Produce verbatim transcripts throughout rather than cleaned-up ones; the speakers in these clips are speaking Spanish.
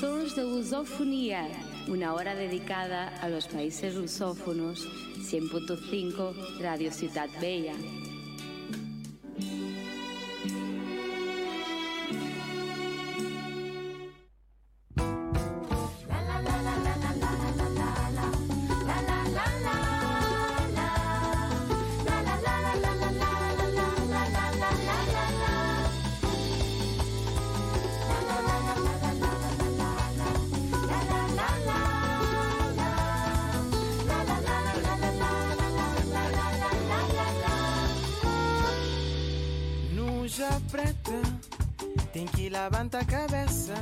Sons de Lusofonía, una hora dedicada a los países lusófonos. cien punto cinco Radio Ciudad Bella. Levanta a cabeça.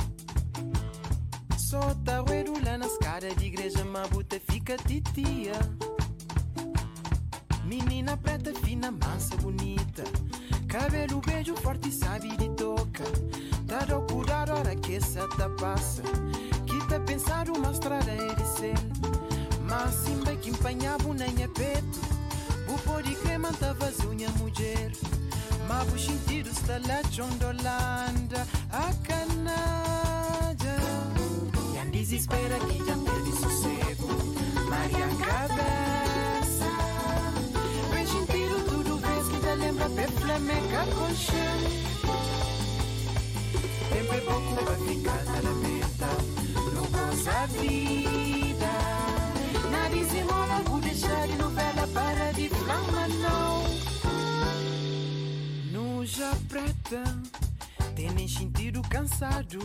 Solta o erula na escada de igreja, mabuta fica titia. Menina preta, fina, mansa, bonita. Cabelo beijo forte e sabe de toca. Tá a curar hora que essa tá passa. Que tá pensar uma estrada é de ser. Mas sim vai que empanhava nem é peto. O pode crema tá vazio, minha mulher. Ma vou sentir o stalaccion d'Olanda a Canada. E a desespera que já perde sossego. Maria cabeça. Vem sentir o tudo vez que te lembra per flamenca com chão. Tempo é pouco pra ficar na lamenta. Não goza a vida. Nada se mola, vou deixar de novela para de flama não. Já preta, tem nem sentido cansado.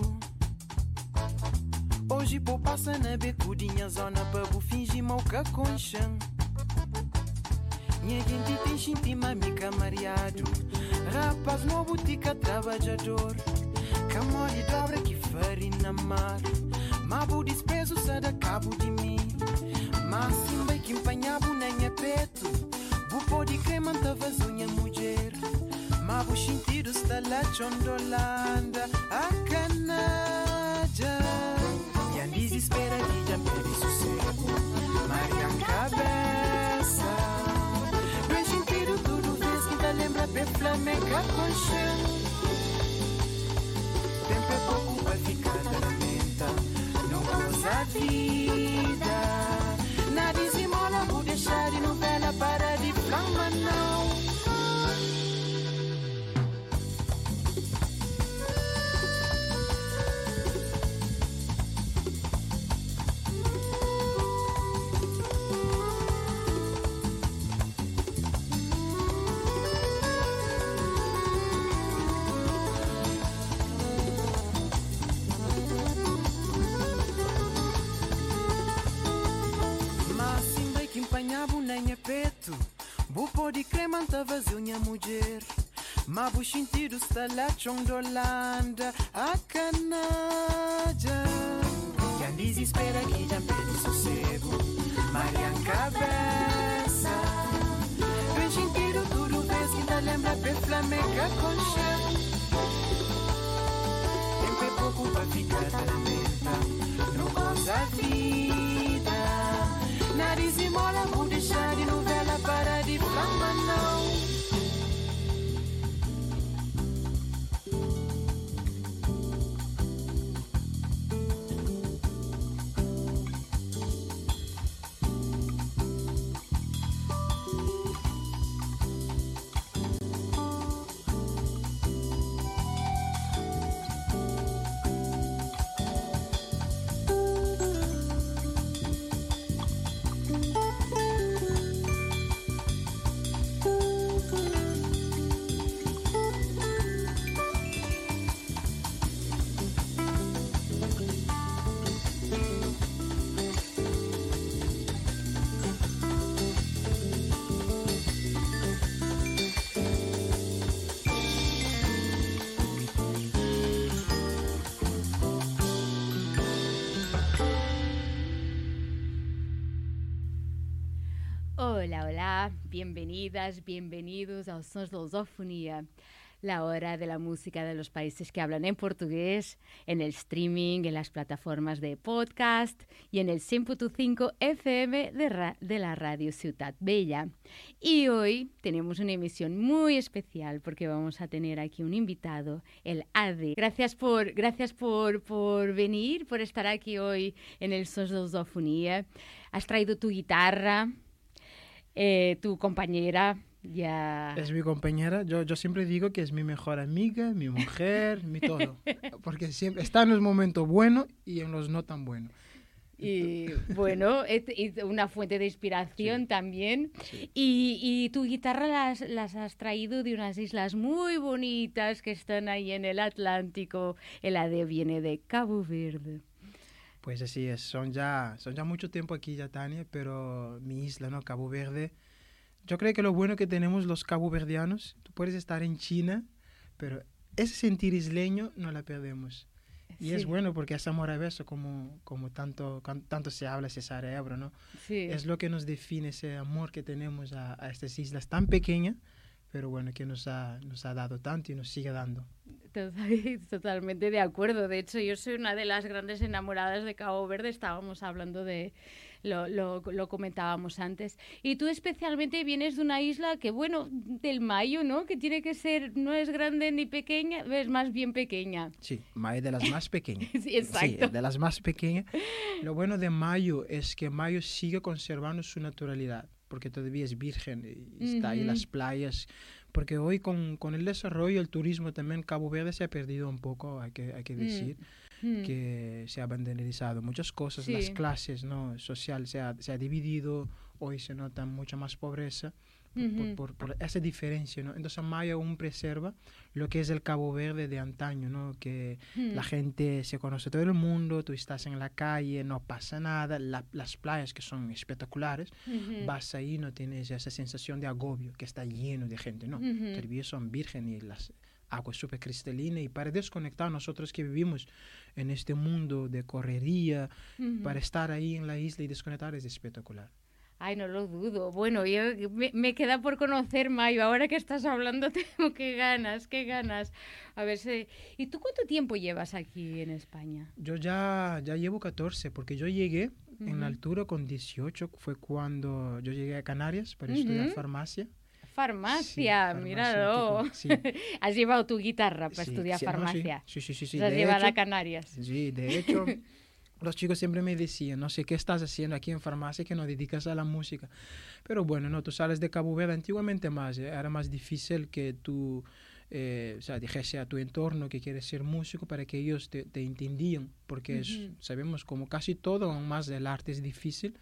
Hoje vou passar na becudinha zona para vou fingir mal que concham. Minha gente tem sentido mamica mareado. Rapaz no botica trabalhador. Camore dobra que farina mar. Mabu desprezo sai da cabo de mim. Mas sim bem que empanhava nem é peto. Vou pode crema tava zunha mulher. Ma vou sentir o stalaccion d'Olanda a Canada. E a desespera que já perde sossego. Maria cabeça. Vem sentir o tudo vez que te lembra per flamenca com chão. Tempo é pouco vai ficar da lamenta. Não goza a vida. Nada se mola, vou deixar de novela para de flama não. De crema tá vazio minha mulher. Mas vou sentir o stalaccion d'Olanda a Canada. E a desespera que já perde sossego. Maria cabeça. Vem sentir o tudo vez que te lembra per flamenca com chão. Tempo é pouco pra ficar na lamenta. Não goza a vida. Nariz e mola, vou deixar de novela para de flama não. Hola, hola, bienvenidas, bienvenidos aos Sons da Lusofonia. la hora de la música de los países que hablan en portugués, en el streaming, en las plataformas de podcast y en el cien punto cinco F M de, ra- de la Radio Ciutat Bella. Y hoy tenemos una emisión muy especial porque vamos a tener aquí un invitado, el Ade. Gracias por, gracias por, por venir, por estar aquí hoy en el Sons de Lusofonía. Has traído tu guitarra, eh, tu compañera. Ya. Es mi compañera, yo, yo siempre digo que es mi mejor amiga, mi mujer, mi todo, porque siempre está en los momentos buenos y en los no tan buenos. Y bueno, es, es una fuente de inspiración sí. también. Sí. Y, y tu guitarra las, las has traído de unas islas muy bonitas que están ahí en el Atlántico. El Ade viene de Cabo Verde. Pues así es, son ya, son ya mucho tiempo aquí ya, Tania, pero mi isla, ¿no? Cabo Verde. Yo creo que lo bueno que tenemos los caboverdianos, tú puedes estar en China, pero ese sentir isleño no la perdemos. Y sí. es bueno porque es amor a beso, como, como tanto, tanto se habla ese cerebro, ¿no? Sí. Es lo que nos define ese amor que tenemos a, a estas islas tan pequeñas, pero bueno, que nos ha, nos ha dado tanto y nos sigue dando. Totalmente de acuerdo. De hecho, yo soy una de las grandes enamoradas de Cabo Verde. Estábamos hablando de... Lo, lo, lo comentábamos antes. Y tú especialmente vienes de una isla que, bueno, del Mayo, ¿no? Que tiene que ser... No es grande ni pequeña, es más bien pequeña. Sí, Mayo es de las más pequeñas. Sí, exacto. Sí, de las más pequeñas. Lo bueno de Mayo es que Mayo sigue conservando su naturalidad, porque todavía es virgen y está uh-huh. ahí las playas. Porque hoy con, con el desarrollo, el turismo también, Cabo Verde se ha perdido un poco, hay que, hay que decir, mm. que se ha banderizado muchas cosas, sí. las clases, ¿no? Social se ha, se ha dividido, hoy se nota mucha más pobreza uh-huh. por, por, por esa diferencia, ¿no? Entonces Mayo aún preserva lo que es el Cabo Verde de antaño, ¿no? Que mm. la gente se conoce todo el mundo, tú estás en la calle, no pasa nada, la, las playas que son espectaculares, uh-huh. vas ahí, no tienes esa sensación de agobio, que está lleno de gente, ¿no? Uh-huh. Todavía son vírgenes y las aguas súper cristalinas, y para desconectar nosotros que vivimos en este mundo de correría, uh-huh. para estar ahí en la isla y desconectar es espectacular. Ay, no lo dudo. Bueno, yo me, me queda por conocer Mayo. Ahora que estás hablando, tengo qué ganas, qué ganas. A ver si... ¿Y tú cuánto tiempo llevas aquí en España? Yo ya, ya llevo catorce, porque yo llegué uh-huh. en la altura con dieciocho. Fue cuando yo llegué a Canarias para uh-huh. estudiar farmacia. Farmacia, sí, míralo. Sí. Has llevado tu guitarra para sí, estudiar sí, farmacia. No, sí, sí, sí. sí, sí. Has llevado a Canarias. Sí, de hecho... Los chicos siempre me decían, no sé qué estás haciendo aquí en farmacia que no dedicas a la música. Pero bueno, no, tú sales de Cabo Verde antiguamente más, ¿eh? Era más difícil que tú, eh, o sea, dijese a tu entorno que quieres ser músico para que ellos te, te entendían. Porque uh-huh. es, sabemos como casi todo, aún más el arte es difícil.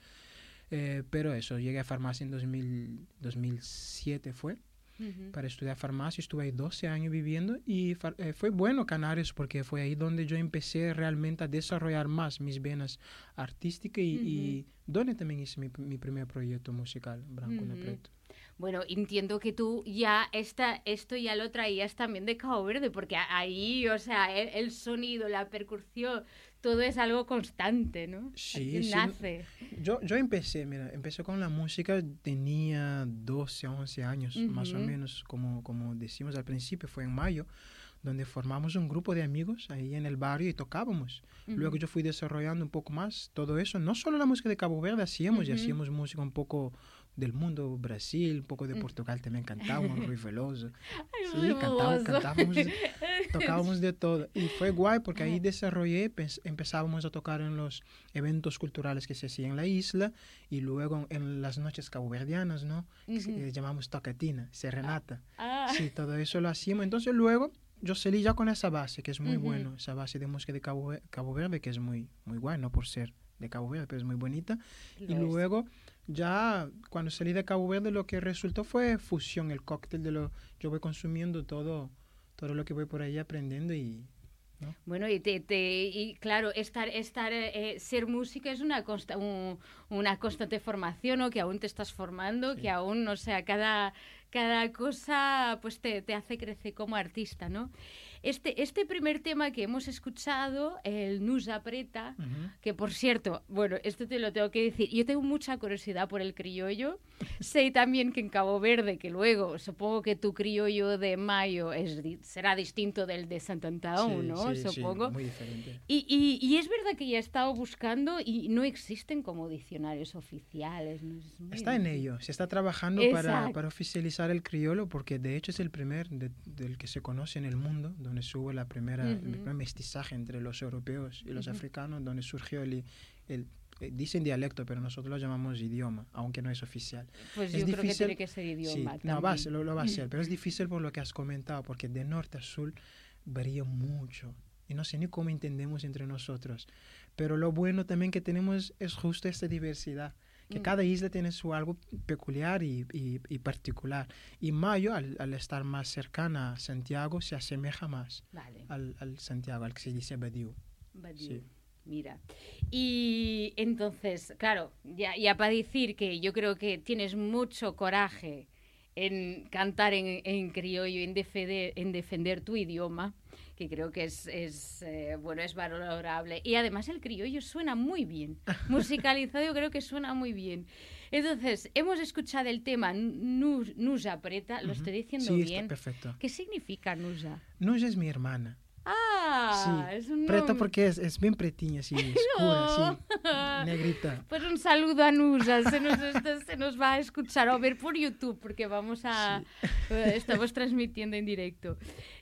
Eh, pero eso, llegué a farmacia en dos mil, dos mil siete fue. Uh-huh. Para estudiar farmacia, estuve ahí doce años viviendo y eh, fue bueno Canarias porque fue ahí donde yo empecé realmente a desarrollar más mis venas artísticas y, uh-huh. y donde también hice mi, mi primer proyecto musical, Branco uh-huh. Nepreto. Bueno, entiendo que tú ya esta, esto ya lo traías también de Cabo Verde, porque ahí, o sea, el, el sonido, la percusión, todo es algo constante, ¿no? Sí, Aquí sí. nace. Yo, yo empecé, mira, empecé con la música, tenía doce, once años, uh-huh. más o menos, como, como decimos al principio, fue en Mayo, donde formamos un grupo de amigos ahí en el barrio y tocábamos. Uh-huh. Luego yo fui desarrollando un poco más todo eso, no solo la música de Cabo Verde hacíamos, uh-huh. y hacíamos música un poco del mundo, Brasil, un poco de Portugal también cantábamos, Rui Veloso. Sí, cantábamos, cantábamos, tocábamos de todo. Y fue guay porque ahí desarrollé, empezábamos a tocar en los eventos culturales que se hacían en la isla y luego en las noches caboverdianas, ¿no? Uh-huh. Que llamamos tocatina, serenata. Ah. Sí, todo eso lo hacíamos. Entonces luego yo salí ya con esa base, que es muy uh-huh. bueno, esa base de música de Cabo, Cabo Verde, que es muy, muy guay, no por ser de Cabo Verde, pero es muy bonita. Lo y es. Luego, ya cuando salí de Cabo Verde, lo que resultó fue fusión, el cóctel de lo... Yo voy consumiendo todo, todo lo que voy por ahí aprendiendo y... ¿no? Bueno, y, te, te, y claro, estar, estar, eh, ser músico es una, consta, un, una constante formación, ¿no? Que aún te estás formando, sí. que aún, o sea, cada, cada cosa pues te, te hace crecer como artista, ¿no? Este, este primer tema que hemos escuchado, el Nos Aprieta, Ujú. que por cierto, bueno, esto te lo tengo que decir, yo tengo mucha curiosidad por el criollo. Sé también que en Cabo Verde, que luego supongo que tu criollo de Mayo es, di- será distinto del de Sant Antão, Sí, ¿no? sí, sí, Supongo. muy diferente. Y, y, y es verdad que ya he estado buscando y no existen como diccionarios oficiales. ¿No? Es muy Está en difícil. ello, se está trabajando para, Exacto. para oficializar el criollo, porque de hecho es el primer de- del que se conoce en el mundo, donde se hubo la primera, el Ujú. primer mestizaje entre los europeos y los Ujú. africanos, donde surgió el, el eh, dicen dialecto, pero nosotros lo llamamos idioma, aunque no es oficial. Pues es yo creo que difícil- tiene que ser Sí, idioma no, va a también. ser, lo, lo va a ser, pero es difícil por lo que has comentado, porque de norte a sur varía mucho y no sé ni cómo entendemos entre nosotros. Pero lo bueno también que tenemos es justo esta diversidad, que Mm. cada isla tiene su algo peculiar y, y- y particular. Y Mayo, al, al estar más cercana a Santiago, se asemeja más Vale. al, al Santiago, al que se dice Badiou. Badiou. Sí. Mira. Y entonces, claro, ya, ya para decir que yo creo que tienes mucho coraje en cantar en, en criollo, en defender, en defender tu idioma, que creo que es, es eh, bueno, es valorable. Y además el criollo suena muy bien. Musicalizado yo creo que suena muy bien. Entonces, hemos escuchado el tema Nus, Nusa Preta, lo Ujú. estoy diciendo Sí, bien. está perfecto. ¿Qué significa Nusa? Nuja es mi hermana. Ah, Sí, es un preta nombre. porque es, es bien pretiña, así, oscura, así, negrita. Pues un saludo a Nusa, se nos, está- se nos va a escuchar o ver por YouTube porque vamos a eh, estamos transmitiendo en directo.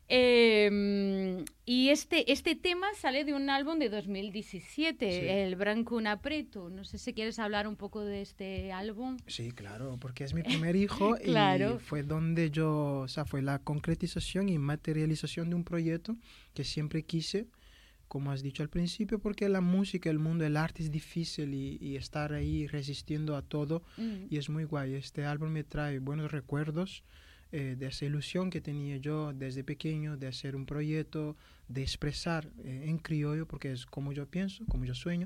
Eh, y este, este tema sale de un álbum de dos mil diecisiete, Sí. el Branco Un Preto. No sé si quieres hablar un poco de este álbum. Sí, claro, porque es mi primer hijo Claro. y fue donde yo, o sea, fue la concretización y materialización de un proyecto que siempre quise, como has dicho al principio, porque la música, el mundo, el arte es difícil y, y estar ahí resistiendo a todo Mm. y es muy guay. Este álbum me trae buenos recuerdos eh, de esa ilusión que tenía yo desde pequeño de hacer un proyecto, de expresar eh, en criollo, porque es como yo pienso, como yo sueño.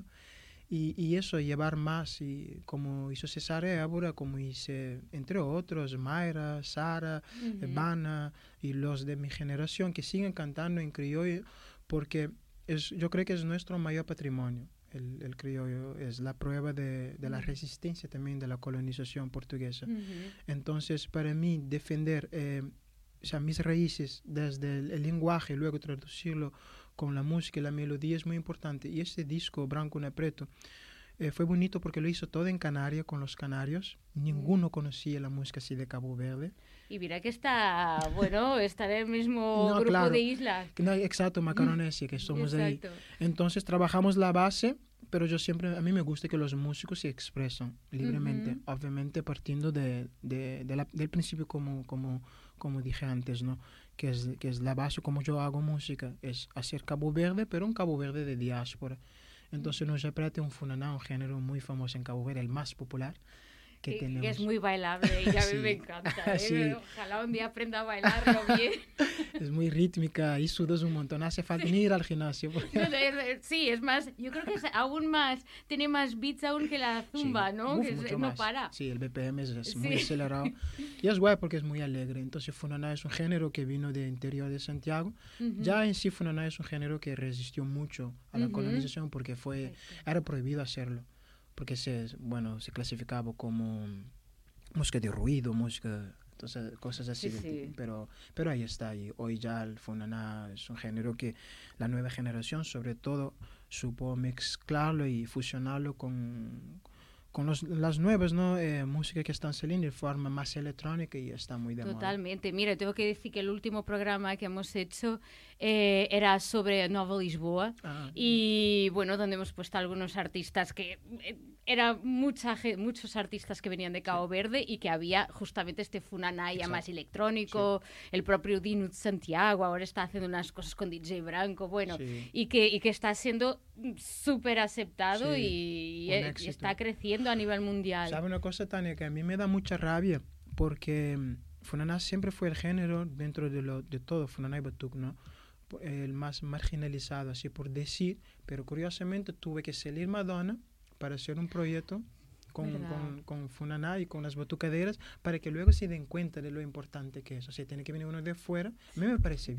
Y, y eso, llevar más, y como hizo César Évora, como hice, entre otros, Mayra, Sara, Ujú. Vana y los de mi generación que siguen cantando en criollo, porque es, yo creo que es nuestro mayor patrimonio. El, el criollo es la prueba de, de la Ujú. resistencia también de la colonización portuguesa. Ujú. Entonces, para mí, defender eh, o sea, mis raíces desde el, el lenguaje y luego traducirlo con la música y la melodía es muy importante. Y este disco, Branco Un Preto, eh, fue bonito porque lo hizo todo en Canarias, con los canarios. Ninguno conocía la música así de Cabo Verde. Y mira que está, bueno, está en el mismo No, grupo claro. de islas. No, exacto, Macaronesia, que somos de ahí. Exacto. Entonces trabajamos la base, pero yo siempre, a mí me gusta que los músicos se expresan libremente, Ujú. obviamente partiendo de, de, de la- del principio como, como, como dije antes, ¿no? Que es, que es la base como yo hago música, es hacer Cabo Verde, pero un Cabo Verde de diáspora. Entonces nos aprete un funaná, un género muy famoso en Cabo Verde, el más popular que, Que, tenemos. que es muy bailable y a mí Sí. me encanta. ¿eh? Sí. Ojalá un día aprenda a bailarlo bien. Es muy rítmica y sudas un montón, hace falta ni ir al gimnasio. porque- No, no, es- Sí, es más, yo creo que es aún más, tiene más beats aún que la zumba, Sí. ¿no? Uf, que es- mucho no más. para. Sí, el B P M es, es muy Sí. acelerado. Y es guay porque es muy alegre. Entonces Funaná es un género que vino del interior de Santiago. Ujú. Ya en sí Funaná es un género que resistió mucho a la Ujú. colonización porque fue era prohibido hacerlo. Porque se, bueno, se clasificaba como música de ruido, música... Entonces, cosas así. Sí, del sí. tipo. Pero, pero ahí está. Y hoy ya el Funaná es un género que la nueva generación, sobre todo, supo mezclarlo y fusionarlo con, con los, las nuevas ¿no? eh, músicas que están saliendo de forma más electrónica y está muy de moda. Totalmente. Mira, tengo que decir que el último programa que hemos hecho eh, era sobre Nova Lisboa. Ah, Y bueno, donde hemos puesto algunos artistas que eh, era mucha ge- muchos artistas que venían de Cabo Verde y que había justamente este Funaná ya Exacto. más electrónico, el propio Dino de Santiago ahora está haciendo unas cosas con D J Branco, bueno, Sí. y que y que está siendo súper aceptado Sí, y, un y éxito. está creciendo a nivel mundial. ¿Sabe una cosa, Tania? Que a mí me da mucha rabia porque mm, Funaná siempre fue el género dentro de, lo, de todo, Funaná y Batuc, ¿no? El más marginalizado, así por decir, pero curiosamente tuve que salir Madonna para hacer un proyecto con, ¿Verdad? con, con Funaná y con las batucaderas para que luego se den cuenta de lo importante que es. O sea, tiene que venir uno de fuera. A mí me parece bien.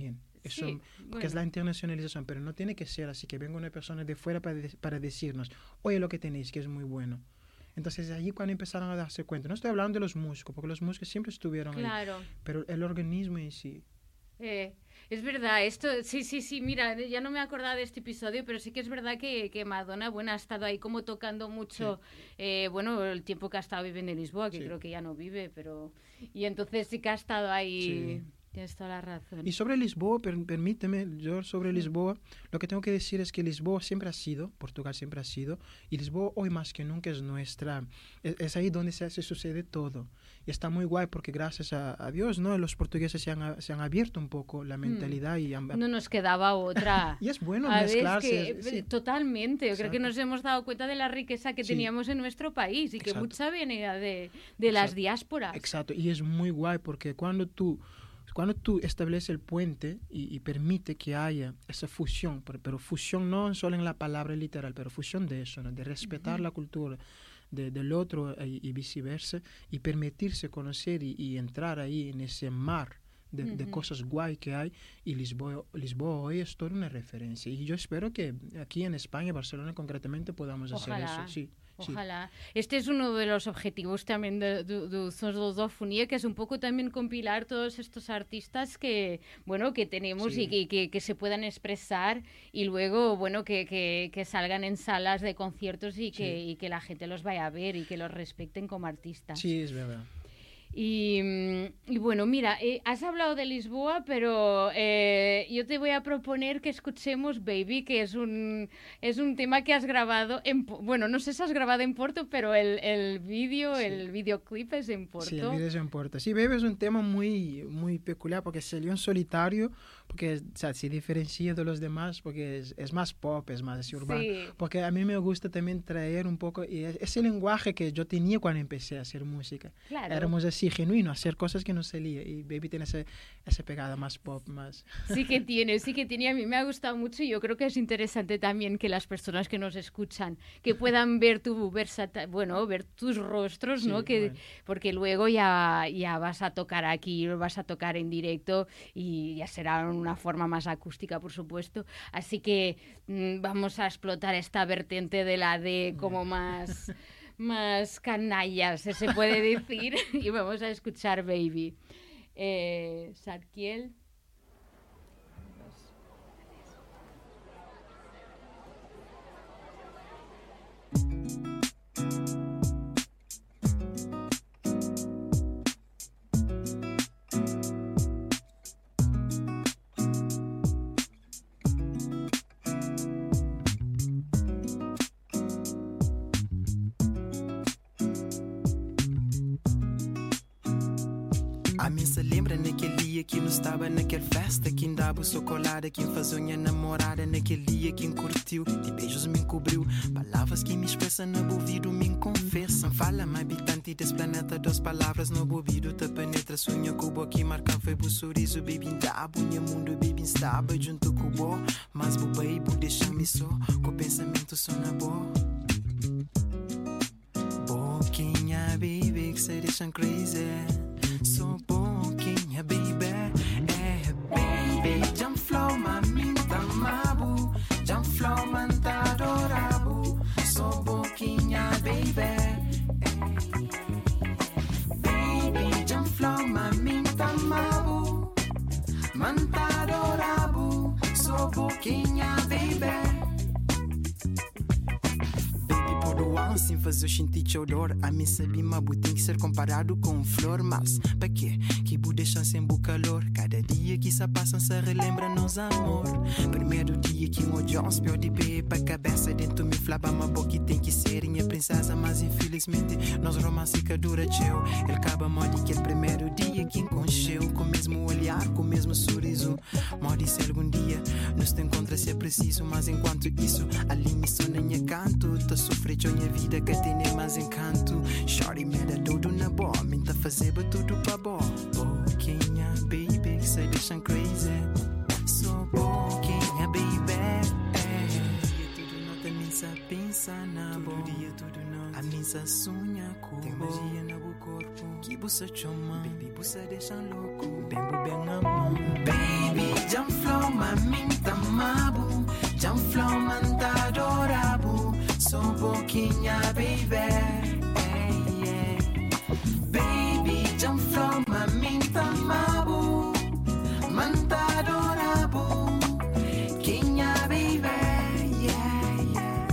Eso, Sí, porque bueno. es la internacionalización, pero no tiene que ser así, que venga una persona de fuera para, de- para decirnos, oye lo que tenéis, que es muy bueno. Entonces ahí cuando empezaron a darse cuenta, no estoy hablando de los músicos, porque los músicos siempre estuvieron ahí, Claro. pero el organismo en sí. Eh, es verdad, esto, sí, sí, sí, mira, ya no me acordaba de este episodio, pero sí que es verdad que, que Madonna, bueno, ha estado ahí como tocando mucho, eh, bueno, el tiempo que ha estado viviendo en Lisboa, que Sí. creo que ya no vive, pero... Y entonces sí que ha estado ahí, Sí. tienes toda la razón. Y sobre Lisboa, per- permíteme, yo sobre Lisboa, lo que tengo que decir es que Lisboa siempre ha sido, Portugal siempre ha sido, y Lisboa hoy más que nunca es nuestra, es, es ahí donde se, se sucede todo. Y está muy guay porque gracias a, a Dios, ¿no? Los portugueses se han, a- se han abierto un poco la mentalidad y han... No nos quedaba otra. Y es bueno A ver, es mezclarse. que, es- sí. Totalmente, yo creo que Exacto. nos hemos dado cuenta de la riqueza que Sí. teníamos en nuestro país y que Exacto. mucha venía de, de las Exacto. diásporas. Exacto, y es muy guay porque cuando tú, cuando tú estableces el puente y, y permite que haya esa fusión, pero, pero fusión no solo en la palabra literal, pero fusión de eso, ¿no? De respetar la cultura de, del otro y, y viceversa, y permitirse conocer y, y entrar ahí en ese mar de, de Ujú. cosas guay que hay, y Lisboa, Lisboa hoy es toda una referencia, y yo espero que aquí en España, Barcelona concretamente, podamos Ojalá. hacer eso, sí. Sí. Ojalá. Este es uno de los objetivos también de, de, de Sons de Lusofonía, que es un poco también compilar todos estos artistas que, bueno, que tenemos Sí. y que, que, que se puedan expresar y luego, bueno, que, que, que salgan en salas de conciertos y que, Sí. y que la gente los vaya a ver y que los respeten como artistas. Sí, es verdad. Y, mm, y bueno, mira, eh, has hablado de Lisboa, pero eh, yo te voy a proponer que escuchemos Baby, que es un, es un tema que has grabado en... Po- Bueno, no sé si has grabado en Porto, pero el, el vídeo, Sí. el videoclip es en Porto. Sí, el video es en Porto. Sí, Baby es un tema muy, muy peculiar porque salió en solitario, porque o sea, se diferencia de los demás, porque es, es más pop, es más así urbano. Sí. Porque a mí me gusta también traer un poco y es- ese lenguaje que yo tenía cuando empecé a hacer música. Claro. Éramos así, genuinos, hacer cosas que no salía. Y Baby tiene esa, esa pegada más pop, más... Sí que tiene, sí que tiene. A mí me ha gustado mucho y yo creo que es interesante también que las personas que nos escuchan, que puedan ver tu versata- bueno, ver tus rostros, ¿no? Sí, Que, bueno. porque luego ya, ya vas a tocar aquí, vas a tocar en directo y ya será una forma más acústica, por supuesto. Así que mm, vamos a explotar esta vertiente de la D como más... más canallas, si se puede decir, y vamos a escuchar Baby. Eh, Sarkiel. A mim se lembra naquele dia que não estava naquela festa, que dava chocolate, que fazia minha namorada naquele dia que curtiu, de beijos me encobriu, palavras que me expressam no ouvido me confessam, fala-me habitante desse planeta, das palavras no ouvido te penetra, sonha com o bo que marca foi o sorriso, baby da bunha mundo, baby estava junto com o bo, mas o baby deixa-me só, com o pensamento só na bo. Boquinha, baby, que se deixam crazy. So boquinha, baby, eh, baby. Jump flow, mamita, mabu. Jump flow, manta, adorabu. So boquinha, baby, eh. Baby, jump flow, mamita, mabu. Manta, adorabu. So boquinha, baby. Sem fazer sentir odor. A mim sabe, mabu tem que ser comparado com flor. Mas, pra quê? Que bu deixa sem bu calor. Cada dia que se passa se relembra nos amor. Primeiro dia que o Jones pior de pé pra cabeça. Dentro me flaba uma boca e tem que ser minha princesa. Mas infelizmente, nós romance que dura teu. Ele acaba mode que é o primeiro dia que enconcheu. Com o mesmo olhar, com o mesmo sorriso. Mode se algum dia nos te encontra se é preciso. Mas enquanto isso, ali me só nem canto. Tá sofrendo minha vida. Que tem mais encanto. Shorty me dá tudo na boa. Minta fazer tudo pra boa. Boquinha, baby, que se deixam crazy. So boquinha, baby, eh. Tudo nota me Pensa, pensa na bo. Todo dia, tudo noite. A missa sonha com tem magia no meu corpo. Que bussa chama, baby, bussa deixa louco. Bembo bem a mão. Baby, jump flow, maminta mabu. Jump flow, manta adorabo. Sou boquinha, baby. Hey, yeah. Baby, jump flow, maminta mabu. Manta adorabo. Quinha, baby. Yeah, yeah.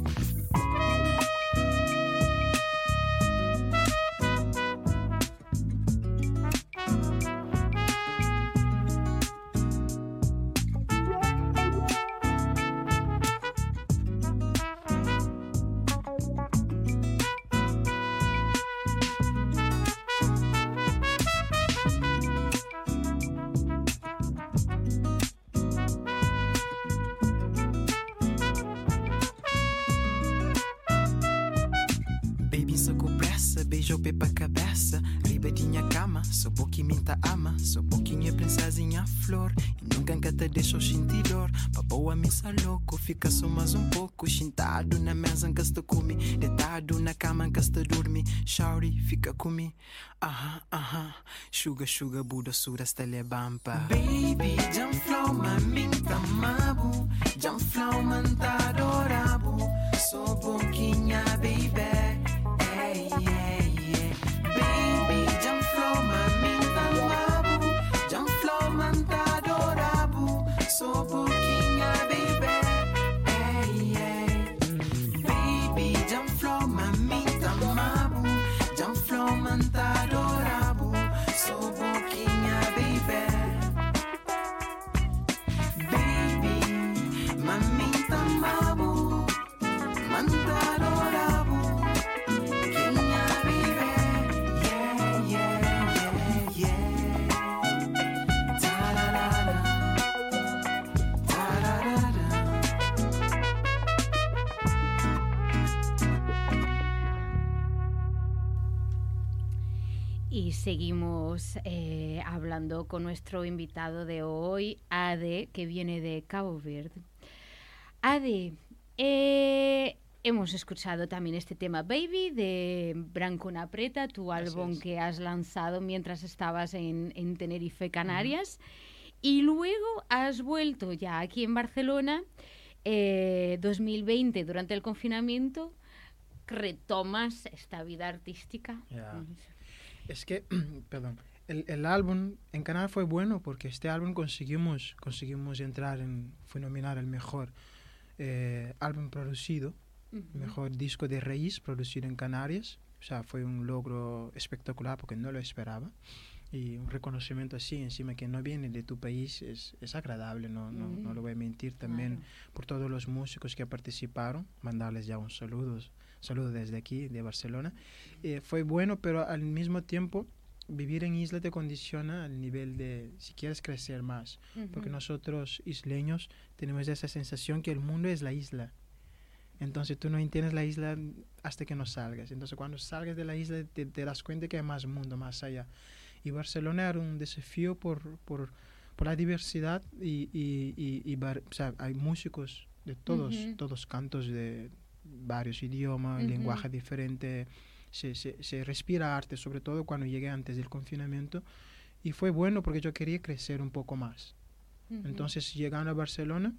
Beijou pé pra cabeça, ribadinha cama. Sou pouquinho minta ama, sou pouquinho princesinha flor. E nunca que te deixou sentir dor. Pa boa missa louco, fica só mais um pouco. Sentado na mesa que estou comi, deitado na cama que estou dormi. Shawty, fica comi, aham, aham. Suga, suga, buda, sura, stelle bampa. Baby, jump flow, maminta mabu. Jump flow, manta adorabo. Sou pouquinha, baby. Hey, yeah, yeah. Baby, jump flow, maminta mabu. Jump flow, manta adorabo. Sou pouquinha, baby. Hey, yeah. Baby, jump flow, maminta mabu. Jump flow, manta adorabo. Sou pouquinha, baby. Baby, maminta mabu. Manta adorabo. Y seguimos eh, hablando con nuestro invitado de hoy, Ade, que viene de Cabo Verde. Ade, eh, hemos escuchado también este tema Baby de Brancona Preta, tu álbum que has lanzado mientras estabas en, en Tenerife, Canarias. Uh-huh. Y luego has vuelto ya aquí en Barcelona, eh, dos mil veinte, durante el confinamiento, retomas esta vida artística. Yeah. Es que, perdón, el, el álbum en Canadá fue bueno porque este álbum conseguimos, conseguimos entrar en, fue nominado el mejor eh, álbum producido, uh-huh. mejor disco de raíz producido en Canarias. O sea, fue un logro espectacular porque no lo esperaba. Y un reconocimiento así, encima que no viene de tu país, es, es agradable, no, no, uh-huh. no lo voy a mentir. También claro. Por todos los músicos que participaron, mandarles ya un saludo. Saludo desde aquí, de Barcelona. Eh, fue bueno, pero al mismo tiempo vivir en isla te condiciona al nivel de si quieres crecer más. Uh-huh. Porque nosotros isleños tenemos esa sensación que el mundo es la isla. Entonces tú no entiendes la isla hasta que no salgas. Entonces cuando salgas de la isla te, te das cuenta que hay más mundo, más allá. Y Barcelona era un desafío por, por, por la diversidad y, y, y, y bar, o sea, hay músicos de todos, uh-huh. todos cantos de varios idiomas, uh-huh. lenguaje diferente, se, se, se respira arte, sobre todo cuando llegué antes del confinamiento, y fue bueno porque yo quería crecer un poco más. Uh-huh. Entonces, llegando a Barcelona,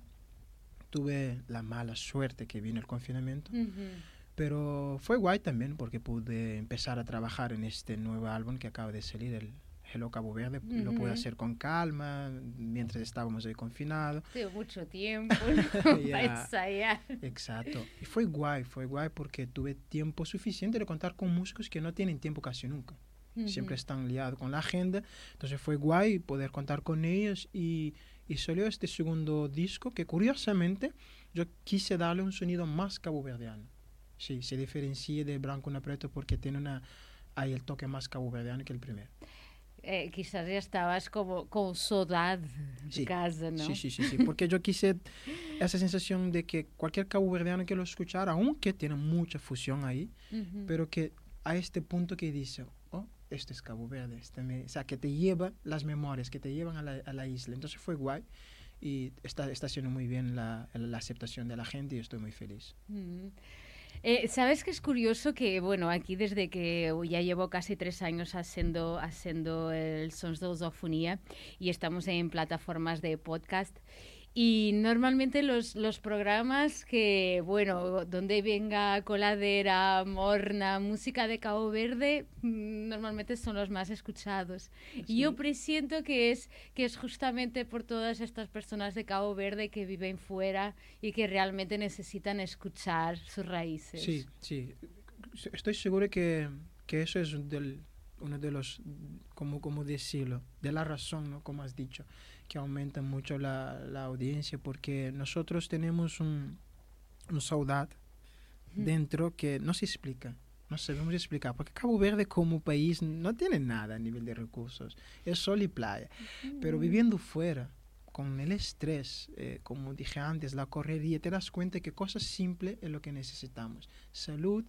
tuve la mala suerte que vino el confinamiento, uh-huh. pero fue guay también porque pude empezar a trabajar en este nuevo álbum que acaba de salir, el Hello Cabo Verde. Uh-huh. Lo pude hacer con calma mientras estábamos ahí confinados. Tuve mucho tiempo ¿no? yeah. para ensayar. Exacto. Y fue guay, fue guay porque tuve tiempo suficiente de contar con músicos que no tienen tiempo casi nunca. Uh-huh. Siempre están liados con la agenda. Entonces fue guay poder contar con ellos y, y salió este segundo disco que curiosamente yo quise darle un sonido más caboverdiano. Sí, se diferencia de Brancona Preta porque tiene una, hay el toque más caboverdiano que el primero. Eh, quizás ya estabas como con saudade de sí, casa, ¿no? Sí, sí, sí, sí, porque yo quise esa sensación de que cualquier caboverdiano que lo escuchara, aunque tiene mucha fusión ahí, uh-huh. pero que a este punto que dice, oh, este es Cabo Verde, este me, o sea, que te lleva las memorias, que te llevan a la, a la isla. Entonces fue guay y está, está siendo muy bien la, la aceptación de la gente y estoy muy feliz. Mm. Eh, ¿Sabes que es curioso que, bueno, aquí desde que ya llevo casi tres años haciendo, haciendo el Sons de Lusofonía y estamos en plataformas de podcast, y normalmente los, los programas que, bueno, donde venga coladera, morna, música de Cabo Verde, normalmente son los más escuchados. Sí. Y yo presiento que es, que es justamente por todas estas personas de Cabo Verde que viven fuera y que realmente necesitan escuchar sus raíces. Sí, sí. Estoy seguro que, que eso es del, uno de los, como, como decirlo, de la razón, ¿no? Como has dicho, que aumenta mucho la, la audiencia, porque nosotros tenemos un, un saudade dentro que no se explica, no sabemos explicar, porque Cabo Verde como país no tiene nada a nivel de recursos, es sol y playa, pero viviendo fuera, con el estrés, eh, como dije antes, la correría, te das cuenta que cosas simples es lo que necesitamos, salud,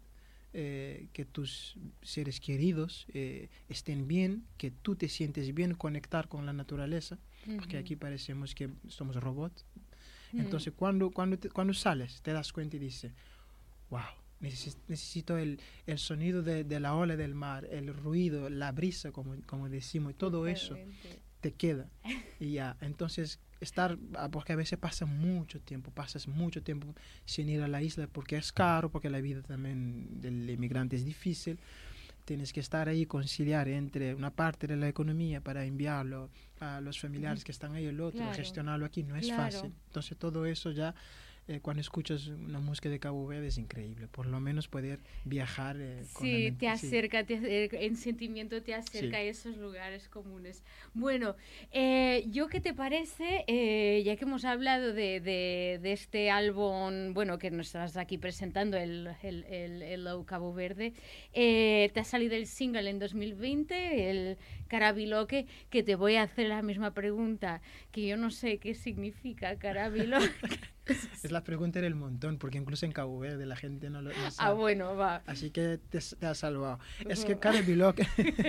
Eh, que tus seres queridos eh, estén bien, que tú te sientes bien, conectar con la naturaleza, uh-huh. porque aquí parecemos que somos robots. Uh-huh. Entonces, cuando, cuando, te, cuando sales, te das cuenta y dices, wow, neces- necesito el, el sonido de, de la ola del mar, el ruido, la brisa, como, como decimos, y todo eso te queda. Y ya, entonces, estar, porque a veces pasa mucho tiempo, pasas mucho tiempo sin ir a la isla porque es caro, porque la vida también del inmigrante es difícil. Tienes que estar ahí, conciliar entre una parte de la economía para enviarlo a los familiares uh-huh. que están ahí, el otro, claro. gestionarlo aquí, no es claro. fácil. Entonces todo eso ya, eh, cuando escuchas una música de Cabo Verde es increíble, por lo menos poder viajar. Eh, con sí, la mente, te acerca, sí. Te, en sentimiento te acerca sí. a esos lugares comunes. Bueno, eh, ¿yo qué te parece? Eh, ya que hemos hablado de, de, de este álbum, bueno, que nos estás aquí presentando, el, el, el, el Low Cabo Verde, eh, te ha salido el single en dos mil veinte, el Carabiloque, que te voy a hacer la misma pregunta, que yo no sé qué significa Carabiloque. Es la pregunta del montón, porque incluso en Cabo Verde la gente no lo no sabe. Ah, bueno, va. Así que te, te has salvado. Es que carabiloque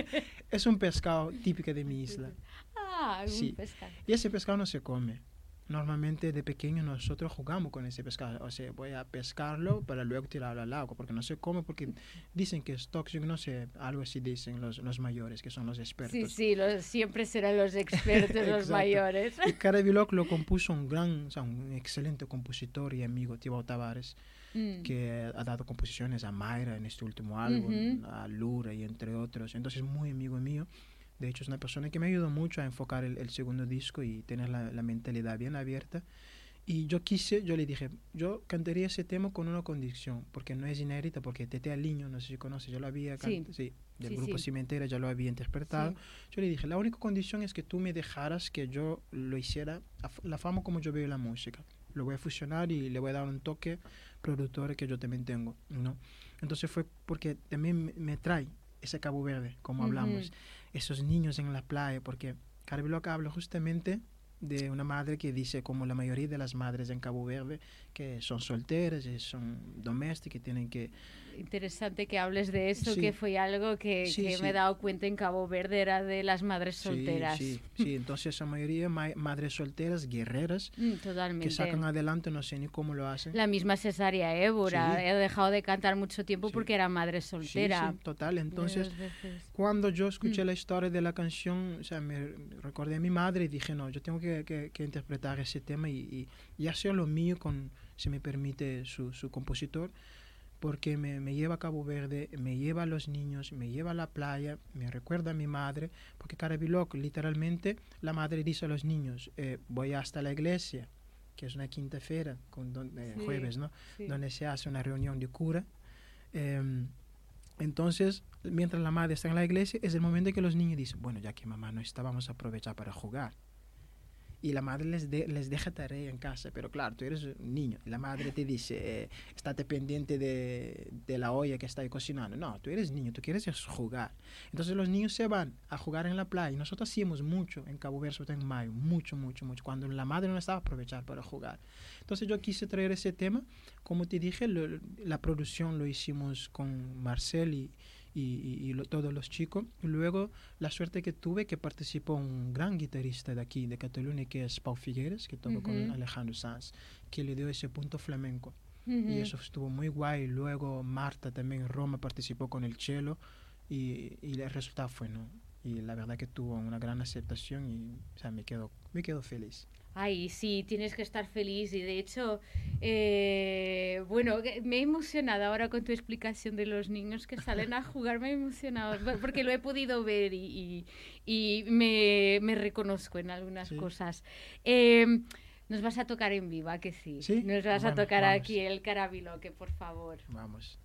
es un pescado típico de mi isla. Ah, sí. un pescado. Y ese pescado no se come. Normalmente de pequeño nosotros jugamos con ese pescado. O sea, voy a pescarlo para luego tirarlo al agua, porque no se come, porque dicen que es tóxico, no sé, algo así dicen los, los mayores, que son los expertos. Sí, sí, los, siempre serán los expertos, los mayores. Y Carabiloque lo compuso un gran, o sea, un excelente compositor y amigo, Tibao Tavares, mm. que ha dado composiciones a Mayra en este último álbum, uh-huh. a Lura y entre otros. Entonces, muy amigo mío. De hecho, es una persona que me ayudó mucho a enfocar el, el segundo disco y tener la, la mentalidad bien abierta. Y yo quise, yo le dije, yo cantaría ese tema con una condición, porque no es inédita, porque Tete Aliño, no sé si conoces, yo lo había cantado, sí, sí, del sí, grupo sí. Cimentera, ya lo había interpretado. Sí. Yo le dije, la única condición es que tú me dejaras que yo lo hiciera, la fama como yo veo la música. Lo voy a fusionar y le voy a dar un toque productor que yo también tengo, ¿no? Entonces fue porque también me trae ese Cabo Verde, como uh-huh. hablamos, esos niños en la playa, porque Carabiloque habla justamente de una madre que dice, como la mayoría de las madres en Cabo Verde, que son solteras y son domésticas, que tienen que... Interesante que hables de eso, sí. que fue algo que, sí, que sí. me he dado cuenta en Cabo Verde, era de las madres solteras. Sí, sí, sí. Entonces la mayoría ma- madres solteras, guerreras, mm, totalmente. que sacan adelante, no sé ni cómo lo hacen. La misma Cesárea Évora, sí. he dejado de cantar mucho tiempo sí. porque era madre soltera. Sí, sí, total. Entonces, cuando yo escuché mm. la historia de la canción, o sea, me recordé a mi madre y dije, no, yo tengo que, que, que interpretar ese tema y, y, y hacer lo mío con, si me permite, su, su compositor, porque me, me lleva a Cabo Verde, me lleva a los niños, me lleva a la playa, me recuerda a mi madre, porque Carabiloque, literalmente, la madre dice a los niños, eh, voy hasta la iglesia, que es una quinta-feira, con don, eh, sí, jueves, ¿no? Sí. Donde se hace una reunión de cura. Eh, entonces, mientras la madre está en la iglesia, es el momento en que los niños dicen, bueno, ya que mamá no está, vamos a aprovechar para jugar. Y la madre les, de, les deja tarea en casa, pero claro, tú eres un niño. Y la madre te dice, eh, estate pendiente de, de la olla que está ahí cocinando. No, tú eres niño, tú quieres jugar. Entonces los niños se van a jugar en la playa. Y nosotros hacíamos mucho en Cabo Verde, sobre todo en mayo, mucho, mucho, mucho, cuando la madre no estaba a aprovechar para jugar. Entonces yo quise traer ese tema. Como te dije, lo, la producción lo hicimos con Marcel y, y, y, y lo, todos los chicos. Y luego la suerte que tuve que participó un gran guitarrista de aquí, de Cataluña, que es Pau Figueres, que tocó uh-huh. con Alejandro Sanz, que le dio ese punto flamenco. Uh-huh. Y eso estuvo muy guay. Luego Marta también en Roma participó con el cello y, y el resultado fue, ¿no? Y la verdad que tuvo una gran aceptación y o sea, me quedo, me quedo feliz. Ay, sí, tienes que estar feliz y de hecho, eh, bueno, me he emocionado ahora con tu explicación de los niños que salen a jugar, me he emocionado porque lo he podido ver y, y, y me, me reconozco en algunas sí. cosas. Eh, nos vas a tocar en vivo, ¿a que sí? ¿Sí? Nos vas bueno, a tocar vamos. aquí el Carabiloque, por favor. Vamos.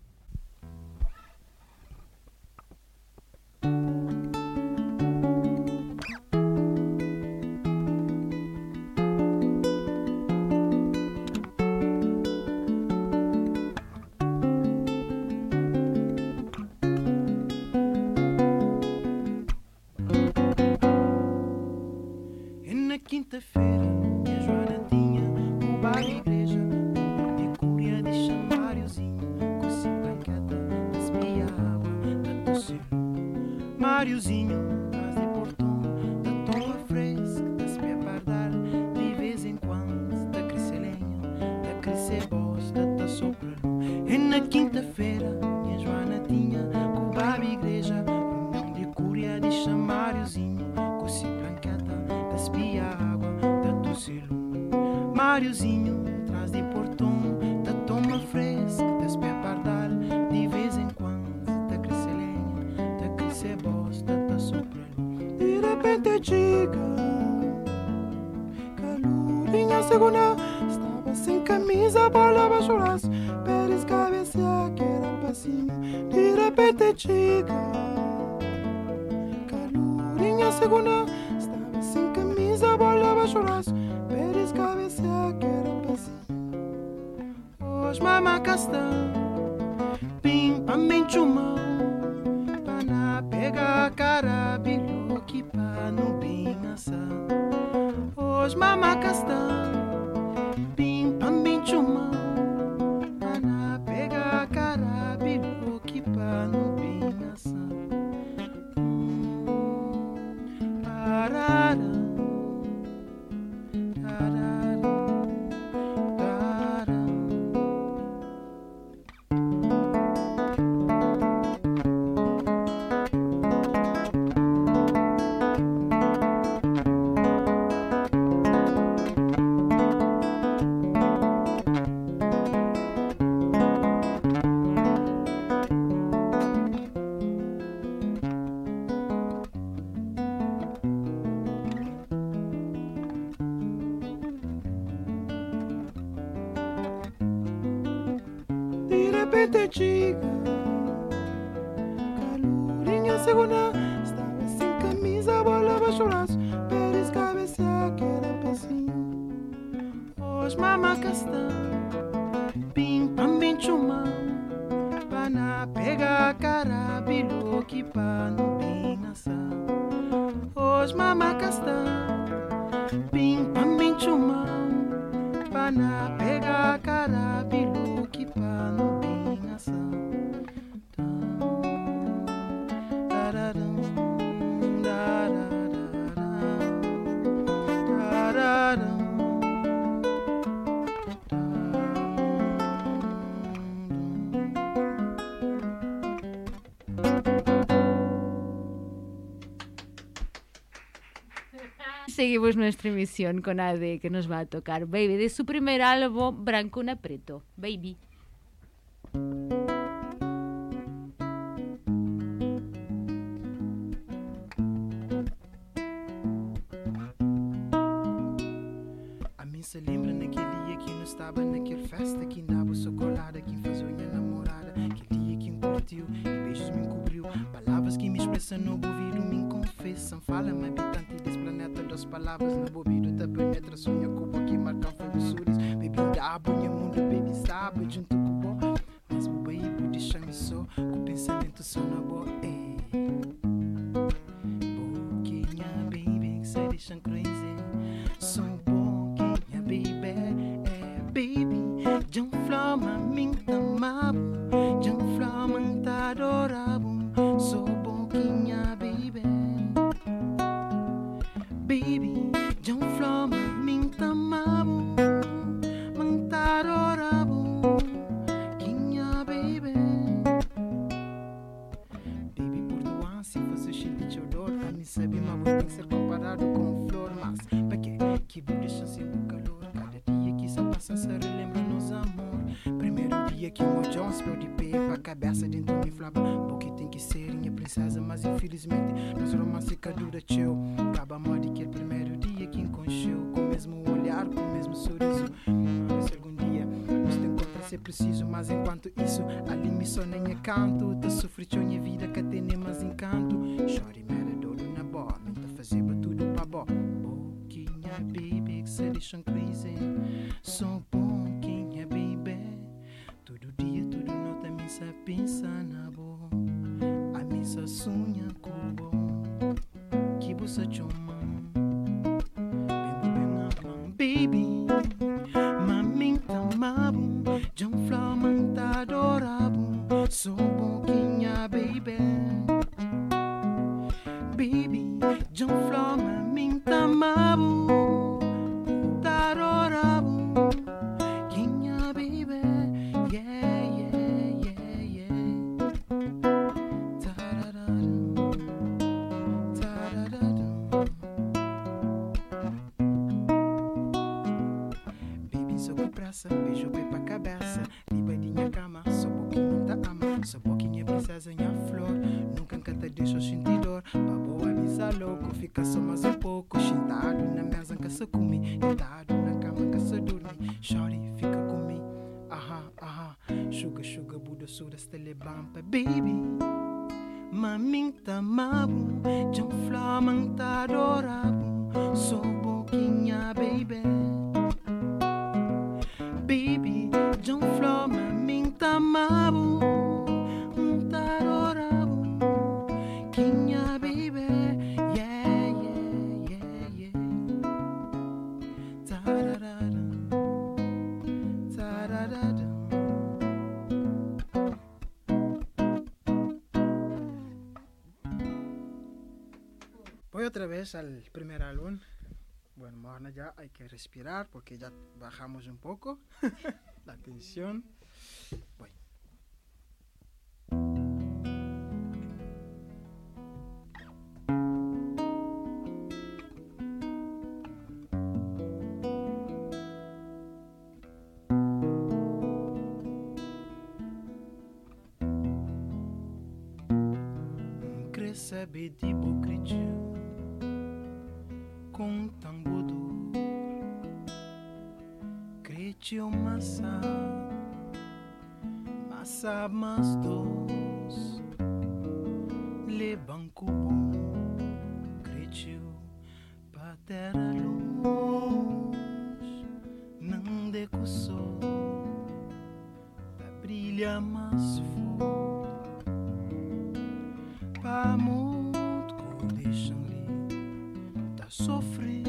Quinta-feira, minha Joana tinha o bar e igreja, minha cúria de chamáriozinho, coci blanqueta, despia água da tosse. Máriozinho, traz de portão, da toma fresca, despia pardal, de vez em quando, da crescer lenha, da crescer bosta, da sopra. E na quinta-feira, minha Joana tinha o bar e igreja, minha cúria de chamáriozinho, coci blanqueta, despia água da Tucilu. Máriozinho, traz de portão, da toma fresca, despia pardal, de vez em quando, da crescer lenha, da crescer bosta, da sopra. De repente chega, calurinha segunda, estava sem camisa, bola baixo o laço, pérez cabecear que era passinho. De repente chega, calurinha segunda, sem camisa, bola baixo o laço, pérez cabecear que era passinho. Os mamacastão, pim pam bem chumão, pra na pega carabilo que pa no bem assar. Os mamacastão, pim pam bem chumão, pra na pega carabilo que pa no bem assar. Chica, calurinha segunda, estava sem camisa, bola baixo o laço, pérez cabecear que era passinho. Os mamacastão, pim pam bem chumão, pra na pega carabilo que pa no bem assar. Os mamacastão, pim pam bem chumão, pra na pega carabilo que pa no bem. Seguimos nuestra emisión con Ade, que nos va a tocar Baby de su primer álbum Brancona Preto. Baby. A mim se lembra naquele dia que não estava naquela festa, que andava só colada, que fazia minha namorada. Aquele dia que me curtiu e beijos me encobriu, palavras que me expressam no ouvido, me confessam. Fala-me habitante desse planeta, das palavras no ouvido da penetra, sonha com o que marca fedoçuras. Baby, da minha mundo, baby, sabe, junto com o bom. Mas o baby deixa-me só, com o pensamento só na boa. Boquinha, baby, que se deixam crazy. Sou boquinha, baby, é baby. Jão flama, minta mabo, jão flama, tá adorado. dia que o Jones perdeu de pé pra cabeça dentro de flaba. Porque tem que ser minha princesa, mas infelizmente nosso romance dura teu. Acaba mal de que o primeiro dia que enconcheu, com o mesmo olhar, com o mesmo sorriso. Mas algum dia nos encontra ser preciso, mas enquanto isso ali me só nem é canto. Te sofri minha vida que tem nem mais encanto. Chore merda dolo na boa, me tá fazendo tudo pra boa. Boquinha baby que se deixam crazy. Sou boquinha baby. Todo dia tudo nota me sa pensa na boa. A me sa sonha com bom. Que você chama. Baby, mami tamabu, John Flaman tá adorabu, sou boquinha baby. Baby, John Flaman me tamabu, tá adorabu, quinha baby, yeah yeah yeah yeah. Tararara, tararara. Beijo bem pra cabeça, libadinha cama, só pouquinho da ama, só pouquinho princesa minha flor, nunca canta deixa sentir dor, pra boa avisa louco, fica só mais um pouco, sentado na mesa que só comi, deitado na cama que só dormi, chore, fica comigo, ahá, ahá, suga, suga, buda, sura, stelle bampa, baby, mami tamabu, John Flaman tá adorabu, sou boquinha, baby. Baby, John Floma, min tamabu, tarorabu, quinha baby, yeah, yeah, yeah, yeah. Tararara, tararara. Voy otra vez al primer álbum. Bueno, ahora ya hay que respirar porque ya bajamos un poco la tensión. Voy. Cresce de hipocrisia com tango dor, crete o massa, massa mais doce, le banco bom, crete o pra terra luz, não deco sol, pra brilha mais forte, pra muito que deixam sofrer,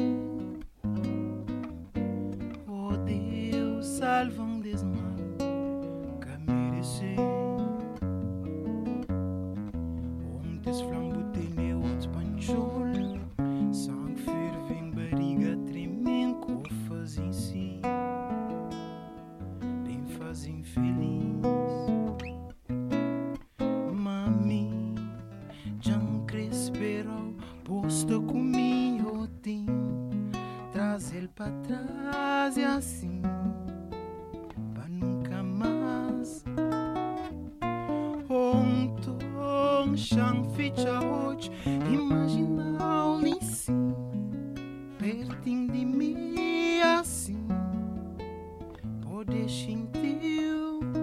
oh Deus, salvam desmal, que merecer. Ontes flambo tem meu outro panchol, sangue ferve em barriga tremendo, co fazem si, bem fazem feliz. Mami, já não crescerá, posto comigo. Traz ele pra trás e assim, pra nunca mais. Um tom, chão, ficha hoje, imagina o sim, pertinho de mim assim, poder sentir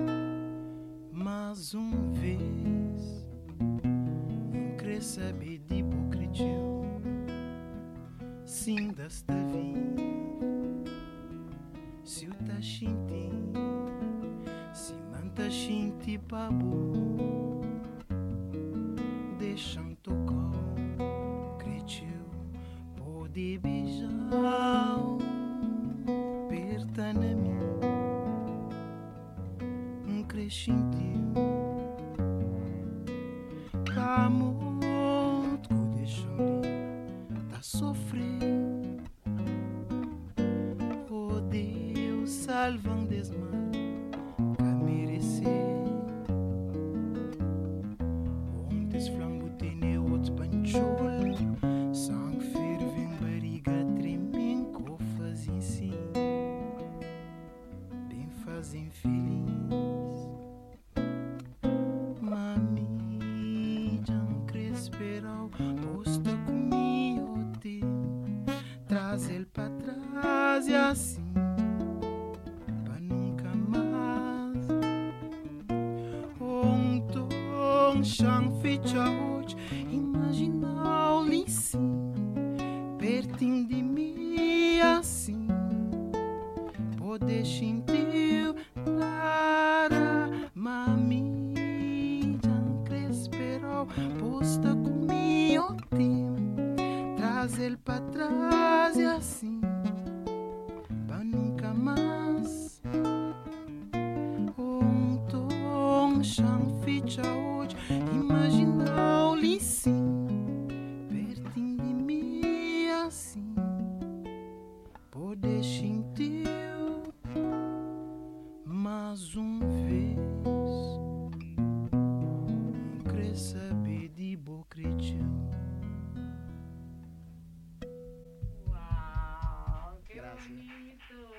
mais uma vez, não quer saber de hipocrisia. Sim, desta vida, se eu tá sentindo, se manta sentindo pra boa, deixam tocar, creio, pode beijar, perta na mim, um crescentinho, pra amor, que deixam ali, tá sofrendo. Salvam desmal, a merecer. Ontes flambo tem outro panchol, sangue ferve em barriga tremem, co fazem sim, bem fazem feliz. tung chang ficha hoje. Imagina ali sim, pertinho de mim assim. Poder sentir Lara, mami, já crescerou, posta comigo tempo, traz ele para trás e assim, para nunca mais. Um tom, chão, ficha hoje, imagina o sim, pertinho de mim assim, poder sentir mais um vez, não quer saber de bocritião. ¡Wow! ¡Qué Gracias. bonito!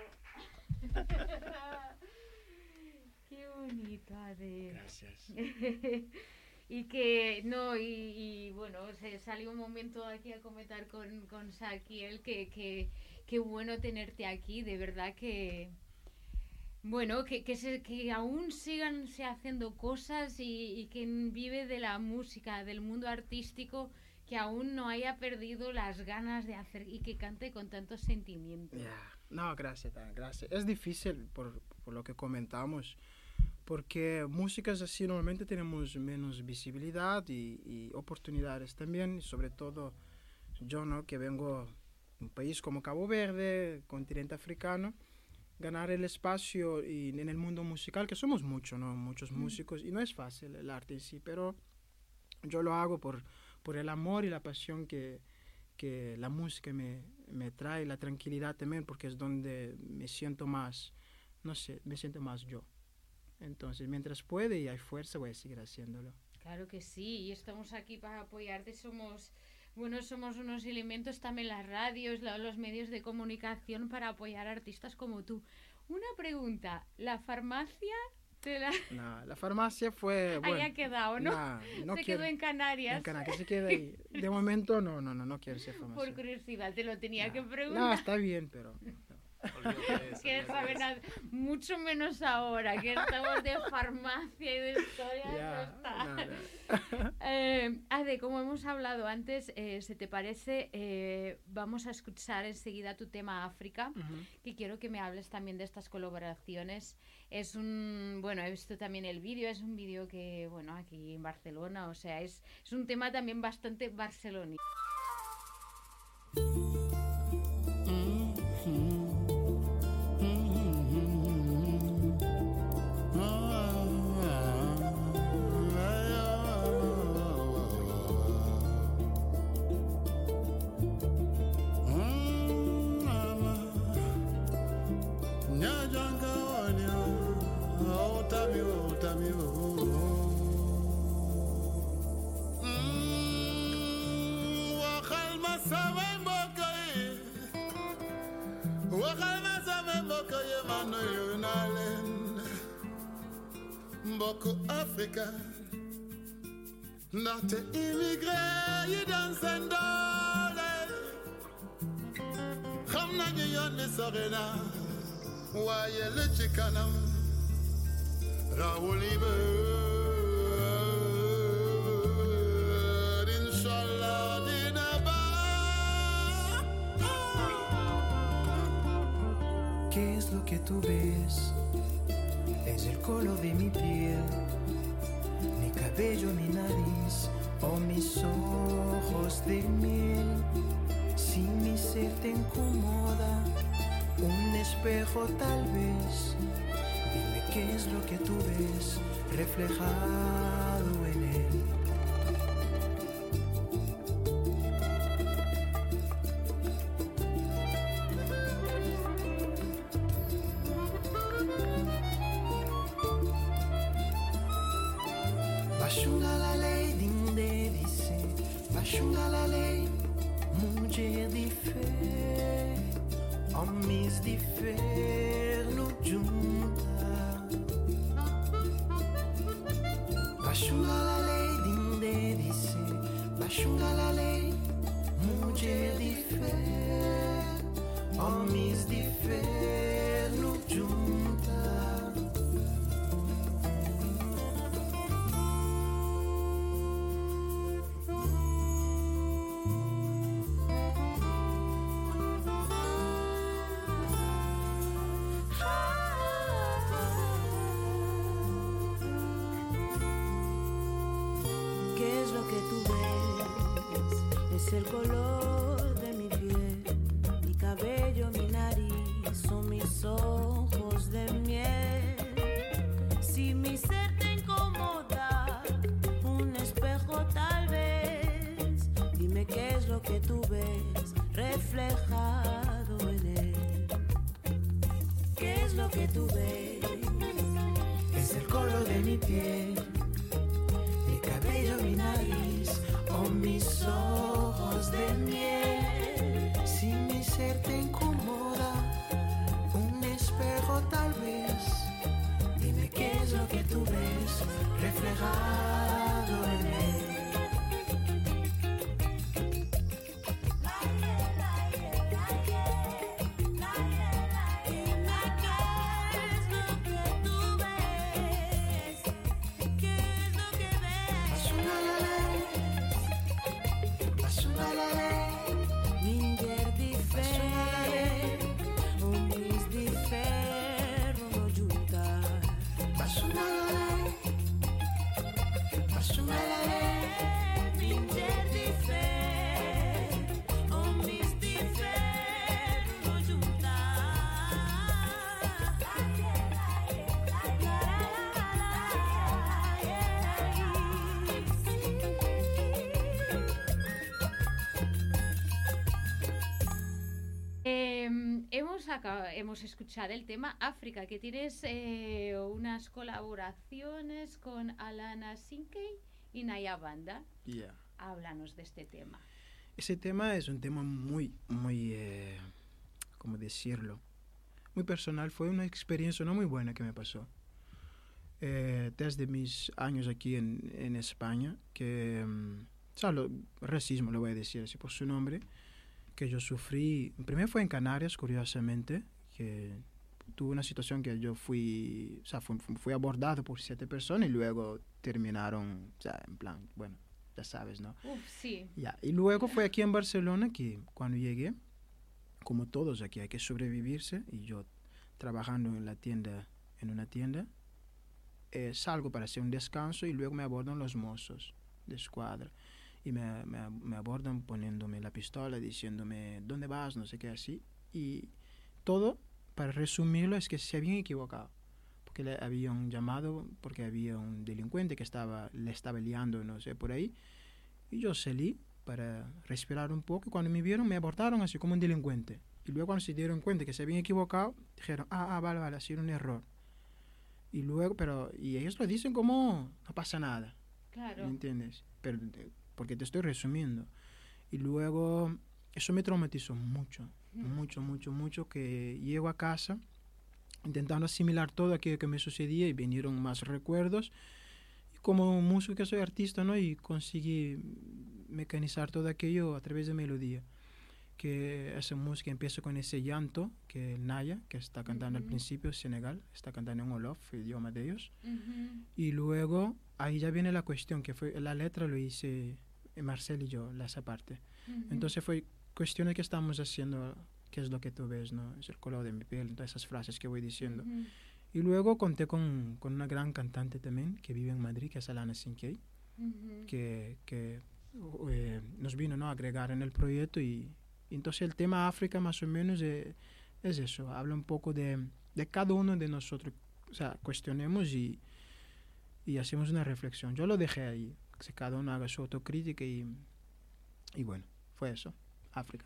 ¡Qué bonito, Ade! Gracias. Y que, no, y, y bueno, se salió un momento aquí a comentar con, con Saquiel que, que, que bueno tenerte aquí, de verdad que... Bueno, que, que, se, que aún sigan se haciendo cosas y, y que vive de la música, del mundo artístico, que aún no haya perdido las ganas de hacer y que cante con tanto sentimiento. Yeah. No, gracias, Tania, gracias. Es difícil por, por lo que comentamos, porque músicas así normalmente tenemos menos visibilidad y, y oportunidades también, sobre todo yo, ¿no? Que vengo de un país como Cabo Verde, continente africano, ganar el espacio y en el mundo musical, que somos muchos, ¿no? Muchos mm. músicos, y no es fácil el arte en sí, pero yo lo hago por, por el amor y la pasión que, que la música me, me trae, la tranquilidad también, porque es donde me siento más, no sé, me siento más yo. Entonces, mientras puede y hay fuerza, voy a seguir haciéndolo. Claro que sí, y estamos aquí para apoyarte, somos... Bueno, somos unos elementos también las radios, los medios de comunicación para apoyar a artistas como tú. Una pregunta, ¿la farmacia te la...? No, la farmacia fue... Bueno, ahí ha quedado, ¿no? Nah, no se quiero, quedó en Canarias. En Canarias, se queda ahí. De momento no, no, no, no quiero ser farmacia. Por curiosidad, te lo tenía nah, que preguntar. No, está bien, pero... No. Que saben nada, mucho menos ahora que estamos de farmacia y de historia. Yeah, no no, no. eh, Ade, como hemos hablado antes, eh, si te parece, eh, vamos a escuchar enseguida tu tema África, uh-huh. que quiero que me hables también de estas colaboraciones. Es un, bueno, he visto también el vídeo, es un vídeo que, bueno, aquí en Barcelona, o sea, es, es un tema también bastante barcelonista. Mboko Afrika ndaxte immigré yi daan seen doole xam nañu yoon li sori na waaye li ci kanam rawul yi bët inshallah dina baax. ¿Qué es lo que tú ves? Es el color de mi piel, mi cabello, mi nariz o mis ojos de miel. Si mi ser te incomoda, un espejo tal vez. Dime qué es lo que tú ves reflejado en él. Bashunga la lei dinde disse, bashunga la lei, mulher de fé, homens de ferro junta. Bashunga la lei dinde disse, bashunga la lei, mulher de fé, homens de ferro junta. Es el color de mi piel, mi cabello, mi nariz, son mis ojos de miel. Si mi ser te incomoda, un espejo tal vez, dime qué es lo que tú ves reflejado en él. ¿Qué es lo que tú ves? Es el color de mi piel, mi cabello, mi nariz o mis ojos de miel. Si mi ser te incomoda, un espejo tal vez, dime qué es lo que tú ves reflejado en él. Hemos escuchado el tema África, que tienes eh, unas colaboraciones con Alana Sinkey y Naya Banda. Yeah. Háblanos de este tema. Ese tema es un tema muy, muy, eh, ¿cómo decirlo? Muy personal. Fue una experiencia no muy buena que me pasó. Eh, desde mis años aquí en, en España, que, um, o sea, lo, racismo, lo voy a decir así por su nombre, que yo sufrí. Primero fue en Canarias, curiosamente, que tuve una situación que yo fui, o sea, fui, fui abordado por siete personas y luego terminaron, o sea, en plan, bueno, ya sabes, ¿no? Uf, sí. Ya, y luego fue aquí en Barcelona que cuando llegué, como todos aquí hay que sobrevivirse, y yo trabajando en la tienda, en una tienda, eh, salgo para hacer un descanso y luego me abordan los mozos de escuadra. Y me, me, me abordan poniéndome la pistola, diciéndome, ¿dónde vas? No sé qué, así. Y todo, para resumirlo, es que se habían equivocado. Porque le habían llamado, porque había un delincuente que estaba, le estaba liando, no sé, por ahí. Y yo salí para respirar un poco. Y cuando me vieron, me abordaron así como un delincuente. Y luego cuando se dieron cuenta que se habían equivocado, dijeron, ah, ah vale, vale, ha sido un error. Y luego, pero, y ellos lo dicen como, no pasa nada. Claro. ¿Me entiendes? Pero, porque te estoy resumiendo. Y luego, eso me traumatizó mucho, mm. mucho, mucho, mucho, que llego a casa intentando asimilar todo aquello que me sucedía y vinieron más recuerdos. Y como músico que soy artista, ¿no? Y conseguí mecanizar todo aquello a través de melodía. Que esa música empieza con ese llanto, que el Naya, que está cantando uh-huh. al principio, Senegal, está cantando en Wolof, el idioma de ellos. Uh-huh. Y luego, ahí ya viene la cuestión, que fue la letra lo hice Marcel y yo, esa parte. Uh-huh. Entonces fue cuestiones que estamos haciendo, qué es lo que tú ves, ¿no? Es el color de mi piel, todas esas frases que voy diciendo. Uh-huh. Y luego conté con, con una gran cantante también, que vive en Madrid, que es Alana Sinkey, uh-huh. que, que eh, nos vino, ¿no?, a agregar en el proyecto. Y entonces el tema África más o menos es, es eso, habla un poco de, de cada uno de nosotros, o sea, cuestionemos y, y hacemos una reflexión. Yo lo dejé ahí, que cada uno haga su autocrítica y, y bueno, fue eso, África.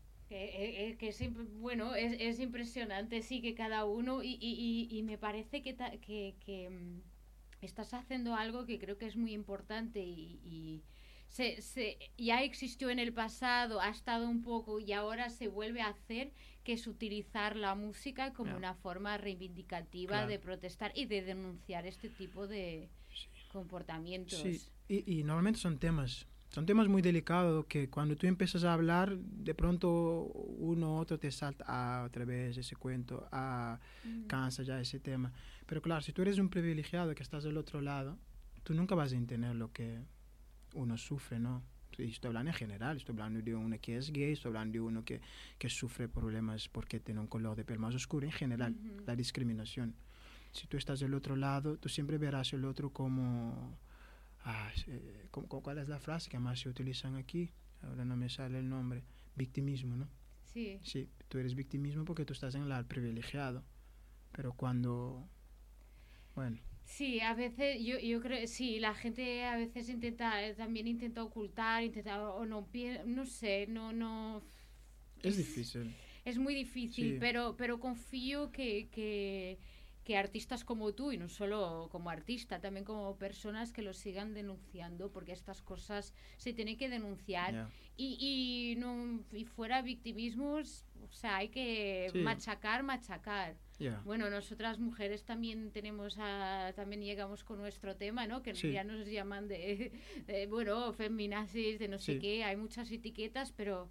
Que, eh, que es, bueno, es, es impresionante, sí, que cada uno, y, y, y me parece que, ta, que, que um, estás haciendo algo que creo que es muy importante y... y Se, se, ya existió en el pasado, ha estado un poco y ahora se vuelve a hacer, que es utilizar la música como yeah. una forma reivindicativa claro. de protestar y de denunciar este tipo de sí. comportamientos. Sí, y, y normalmente son temas, son temas muy delicados que cuando tú empiezas a hablar, de pronto uno u otro te salta ah, otra vez ese cuento, ah, mm. cansa ya ese tema. Pero claro, si tú eres un privilegiado que estás del otro lado, tú nunca vas a entender lo que uno sufre, ¿no? Y estoy hablando en general, estoy hablando de uno que es gay, estoy hablando de uno que, que sufre problemas porque tiene un color de piel más oscuro, en general, uh-huh. la discriminación. Si tú estás del otro lado, tú siempre verás el otro como... Ah, eh, como ¿cuál es la frase que más se utilizan aquí? ahora no me sale el nombre, victimismo, ¿no? Sí. Sí, tú eres victimismo porque tú estás en el lado privilegiado, pero cuando, bueno... Sí, a veces yo, yo creo, sí, la gente a veces intenta, eh, también intenta ocultar, intenta, o no, pi- no sé, no, no... Es difícil. Es muy difícil, Sí. pero, pero confío que, que, que artistas como tú, y no solo como artista, también como personas que lo sigan denunciando, porque estas cosas se tienen que denunciar. Ya. Y, y, no, y fuera victimismos, o sea, hay que Sí. machacar, machacar. Ya. Bueno, nosotras mujeres también tenemos a, también llegamos con nuestro tema, ¿no? Que Sí. ya nos llaman de, de, bueno, feminazis, de no sé Sí. qué, hay muchas etiquetas, pero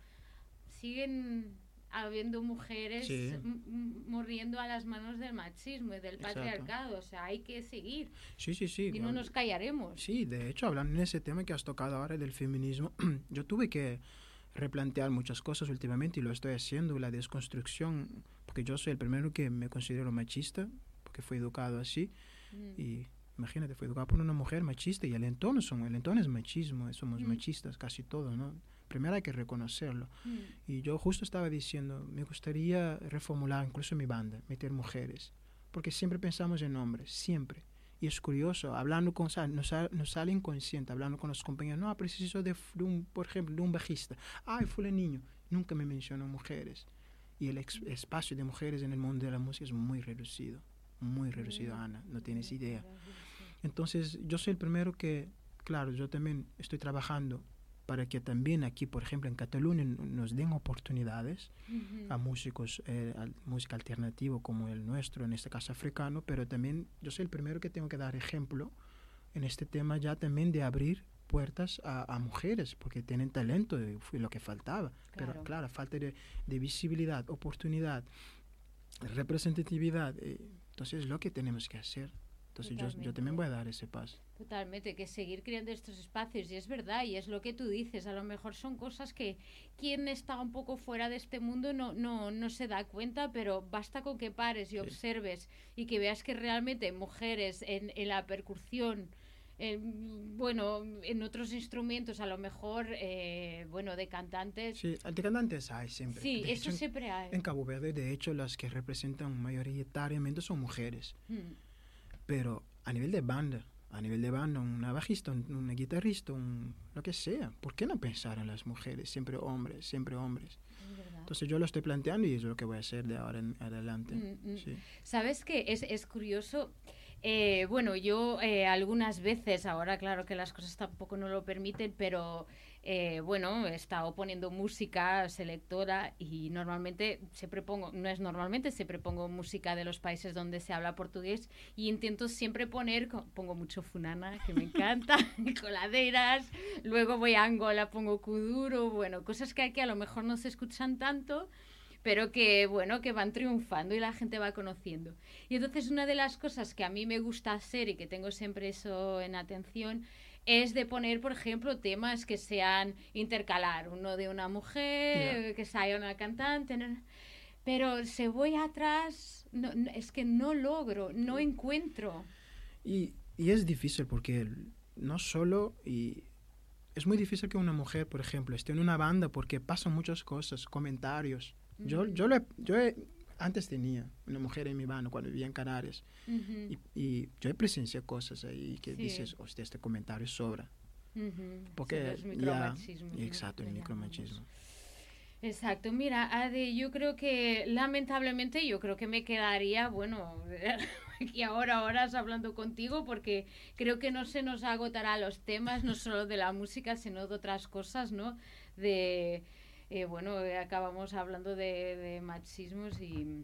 siguen habiendo mujeres Sí. m- m- muriendo a las manos del machismo y del Exacto. patriarcado, o sea, hay que seguir Sí, sí, sí. y no nos callaremos. Sí, de hecho, hablando en ese tema que has tocado ahora del feminismo, yo tuve que replantear muchas cosas últimamente y lo estoy haciendo, la desconstrucción, porque yo soy el primero que me considero machista, porque fui educado así, Mm. y imagínate, fui educado por una mujer machista y el entorno, son, el entorno es machismo, somos Mm. machistas casi todos, ¿no? Primero hay que reconocerlo. Mm. Y yo justo estaba diciendo, me gustaría reformular incluso mi banda, meter mujeres, porque siempre pensamos en hombres, siempre. Y es curioso, hablando con, o sea, nos, sa- nos sale inconsciente, hablando con los compañeros, no, preciso de, f- de un, por ejemplo, de un bajista. Ay, niño, nunca me mencionó mujeres. Y el ex- espacio de mujeres en el mundo de la música es muy reducido, muy reducido, Ana, no tienes idea. Entonces, yo soy el primero que, claro, yo también estoy trabajando para que también aquí, por ejemplo, en Cataluña n- nos den oportunidades Ujú. a músicos, eh, a música alternativa como el nuestro, en este caso africano, pero también yo soy el primero que tengo que dar ejemplo en este tema ya también de abrir puertas a, a mujeres, porque tienen talento, y fue lo que faltaba. Claro. Pero claro, falta de, de visibilidad, oportunidad, representatividad, eh, entonces es lo que tenemos que hacer. Entonces yo, yo Totalmente. también voy a dar ese paso. Totalmente, que seguir creando estos espacios, y es verdad, y es lo que tú dices, a lo mejor son cosas que quien está un poco fuera de este mundo no, no, no se da cuenta, pero basta con que pares y Sí. observes y que veas que realmente mujeres en, en la percusión, en, bueno, en otros instrumentos, a lo mejor, eh, bueno, de cantantes, sí, Sí, de cantantes hay siempre. De eso hecho, en- siempre hay. En Cabo Verde, de hecho, las que representan mayoritariamente son mujeres. Mm, Pero a nivel de banda, a nivel de banda, una bajista, un, una guitarrista, un, lo que sea, ¿por qué no pensar en las mujeres? Siempre hombres, siempre hombres. es verdad. Entonces yo lo estoy planteando y es lo que voy a hacer de ahora en adelante. Mm, mm. Sí. ¿Sabes qué? Es, es curioso. Eh, bueno, yo eh, algunas veces, ahora claro que las cosas tampoco no lo permiten, pero eh, bueno, he estado poniendo música selectora y normalmente siempre pongo, no es normalmente, siempre pongo música de los países donde se habla portugués y intento siempre poner, co- pongo mucho funana, que me encanta, coladeras, luego voy a Angola, pongo kuduro, bueno, cosas que aquí a lo mejor no se escuchan tanto, pero que, bueno, que van triunfando y la gente va conociendo. Y entonces una de las cosas que a mí me gusta hacer y que tengo siempre eso en atención es de poner, por ejemplo, temas que sean intercalar, uno de una mujer, que sea una cantante, ¿no? Pero si voy atrás, no, no, es que no logro, no encuentro. Y, y es difícil porque el- no solo... Y es muy difícil que una mujer, por ejemplo, esté en una banda porque pasan muchas cosas, comentarios. Yo, Ujú. yo, lo he- yo he- antes tenía una mujer en mi banda cuando vivía en Canarias. Ujú, Y, y yo he presenciado cosas ahí que Sí. dices, hostia, este comentario sobra. ujú. Porque Sí, los ya... micromachismos, ¿no? Exacto, el Le micromachismo. llamamos. Exacto, mira, Ade, yo creo que lamentablemente yo creo que me quedaría, bueno, aquí ahora horas hablando contigo porque creo que no se nos agotará los temas, no solo de la música, sino de otras cosas, ¿no? De, eh, bueno, eh, acabamos hablando de, de machismos y...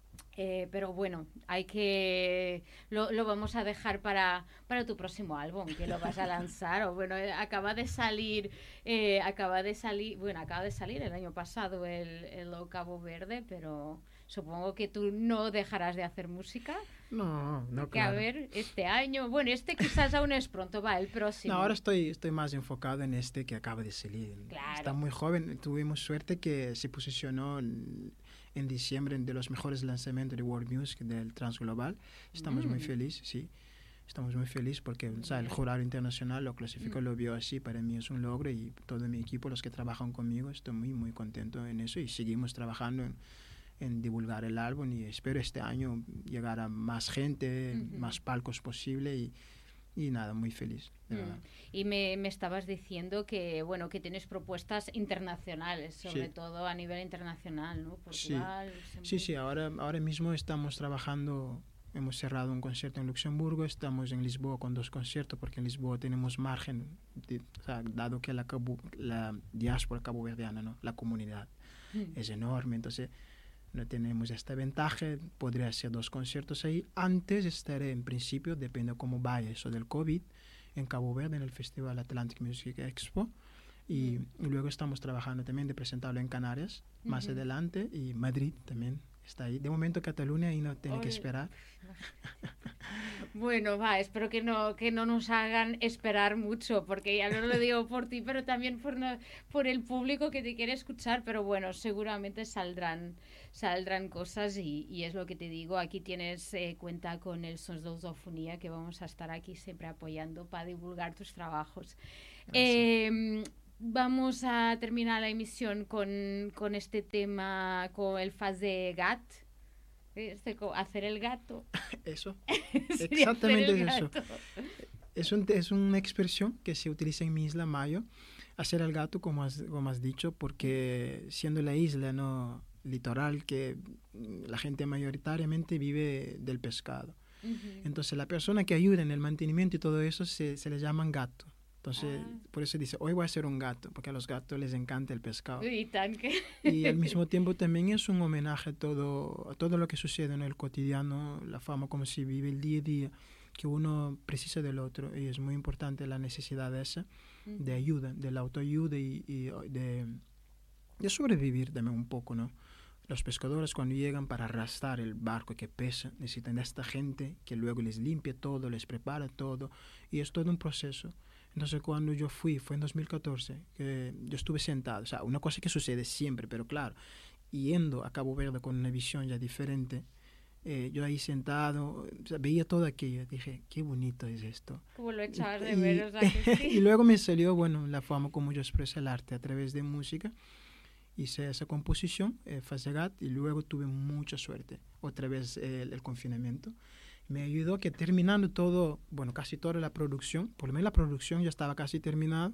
eh, pero bueno, hay que lo, lo vamos a dejar para, para tu próximo álbum, que lo vas a lanzar. O bueno, eh, acaba de salir, eh, acaba de salir, bueno, acaba de salir el año pasado el, el Lo Cabo Verde, pero supongo que tú no dejarás de hacer música. No, no, Que a claro. ver, este año, bueno, este quizás aún es pronto, va, el próximo. No, ahora estoy, estoy más enfocado en este que acaba de salir. Claro. Está muy joven. Tuvimos suerte que se posicionó en, en diciembre de los mejores lanzamientos de World Music del Transglobal. Estamos muy Mm. felices, sí. estamos muy felices porque o sea, el jurado internacional lo clasificó, lo vio así, para mí es un logro y todo mi equipo, los que trabajan conmigo, estoy muy, muy contento en eso y seguimos trabajando en, en divulgar el álbum y espero este año llegar a más gente, uh-huh. más palcos posible y Y nada, muy feliz, de mm. verdad. Y me, me estabas diciendo que, bueno, que tienes propuestas internacionales, sobre sí. todo a nivel internacional, ¿no? Portugal, sí, sí, sí. Ahora, ahora mismo estamos trabajando, hemos cerrado un concierto en Luxemburgo, estamos en Lisboa con dos conciertos, porque en Lisboa tenemos margen, de, o sea, dado que la, cabo, la diáspora caboverdiana, ¿no? La comunidad mm. es enorme, entonces no tenemos esta ventaja, podría hacer dos conciertos ahí. Antes estaré, en principio, depende de cómo vaya eso del COVID, en Cabo Verde, en el Festival Atlantic Music Expo. Y, mm. y luego estamos trabajando también de presentarlo en Canarias, mm-hmm. más adelante, y Madrid también está ahí. De momento Cataluña ahí no tiene Oye. que esperar. Bueno, va, espero que no, que no nos hagan esperar mucho, porque ya no lo digo por ti, pero también por, no, por el público que te quiere escuchar, pero bueno, seguramente saldrán, saldrán cosas y, y es lo que te digo, aquí tienes eh, cuenta con el Sons de Lusofonía, que vamos a estar aquí siempre apoyando para divulgar tus trabajos. Eh, vamos a terminar la emisión con, con este tema, con el Fazer Gat. Este, hacer el gato. Eso, exactamente es eso. Es, un, es una expresión que se utiliza en mi isla Mayo, hacer el gato, como has, como has dicho, porque siendo la isla no litoral que la gente mayoritariamente vive del pescado. Uh-huh. Entonces la persona que ayuda en el mantenimiento y todo eso se, se le llaman gato. Entonces, ah. por eso dice, hoy voy a ser un gato, porque a los gatos les encanta el pescado. Y, tan que... y al mismo tiempo también es un homenaje a todo, a todo lo que sucede en el cotidiano, la forma como se vive el día a día, que uno precisa del otro. Y es muy importante la necesidad esa uh-huh. de ayuda, de la autoayuda y, y de, de sobrevivir también un poco, ¿no? Los pescadores cuando llegan para arrastrar el barco que pesa, necesitan de esta gente que luego les limpia todo, les prepara todo, y es todo un proceso. Entonces, cuando yo fui, fue en dos mil catorce, que yo estuve sentado. O sea, una cosa que sucede siempre, pero claro, yendo a Cabo Verde con una visión ya diferente, eh, yo ahí sentado, o sea, veía todo aquello, dije, qué bonito es esto. Como lo echabas de ver, o sea, que sí. Y luego me salió, bueno, la forma como yo expreso el arte a través de música. Hice esa composición, eh, Fazer Gat, y luego tuve mucha suerte, otra vez eh, el, el confinamiento. Me ayudó que terminando todo, bueno, casi toda la producción, por lo menos la producción ya estaba casi terminada,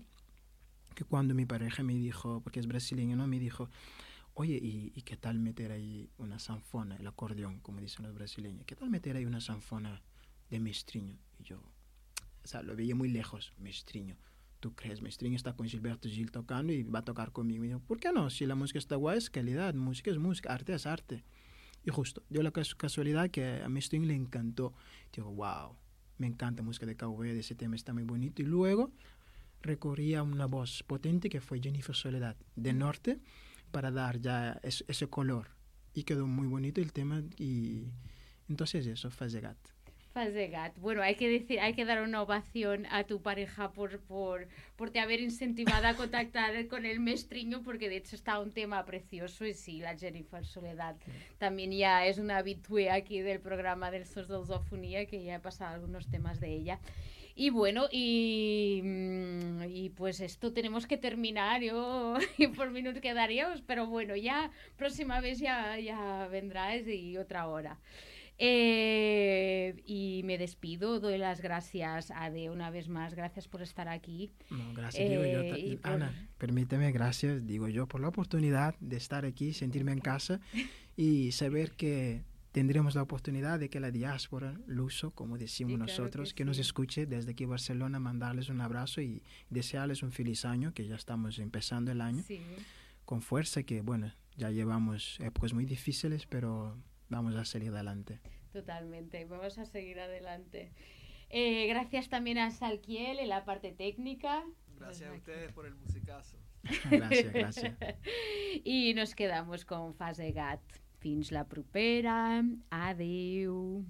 que cuando mi pareja me dijo, porque es brasileño, ¿no? Me dijo, oye, ¿y, y qué tal meter ahí una sanfona, el acordeón, como dicen los brasileños? ¿Qué tal meter ahí una sanfona de Mestriño? Y yo, o sea, lo veía muy lejos, Mestriño. ¿Tú crees? Mestriño está con Gilberto Gil tocando y va a tocar conmigo. Y yo, ¿por qué no? Si la música está guay, es calidad, música es música, arte es arte. Y justo, dio la casualidad que a Mestriño le encantó. Digo, wow, me encanta música de Cabo Verde, ese tema está muy bonito. Y luego recorrí a una voz potente que fue Jennifer Soledad, de Norte, para dar ya es, ese color. Y quedó muy bonito el tema. Y entonces eso, Fazer Gat. Fazer Gat. Bueno, hay que decir, hay que dar una ovación a tu pareja por, por, por te haber incentivado a contactar con el Mestriño, porque de hecho está un tema precioso y sí, la Jennifer Soledad sí. También ya es una habitué aquí del programa del Sons de Lusofonía, que ya he pasado algunos temas de ella. Y bueno, y, y pues esto tenemos que terminar, yo y por mí nos quedaríamos, pero bueno, ya próxima vez ya, ya vendrás y otra hora. Eh, y me despido, doy las gracias a Ade una vez más, gracias por estar aquí. No, gracias, eh, digo yo. Por... Ana, permíteme, gracias, digo yo, por la oportunidad de estar aquí, sentirme en casa y saber que tendremos la oportunidad de que la diáspora luso, como decimos sí, nosotros, claro que, que sí. nos escuche desde aquí Barcelona, mandarles un abrazo y desearles un feliz año, que ya estamos empezando el año, sí. con fuerza, que bueno, ya llevamos épocas muy difíciles, pero vamos a salir adelante. Totalmente, vamos a seguir adelante. Eh, gracias también a Salquiel en la parte técnica. Gracias a ustedes por el musicazo. Gracias, gracias. I nos quedamos con Fazer Gat. Fins la propera. Adeu.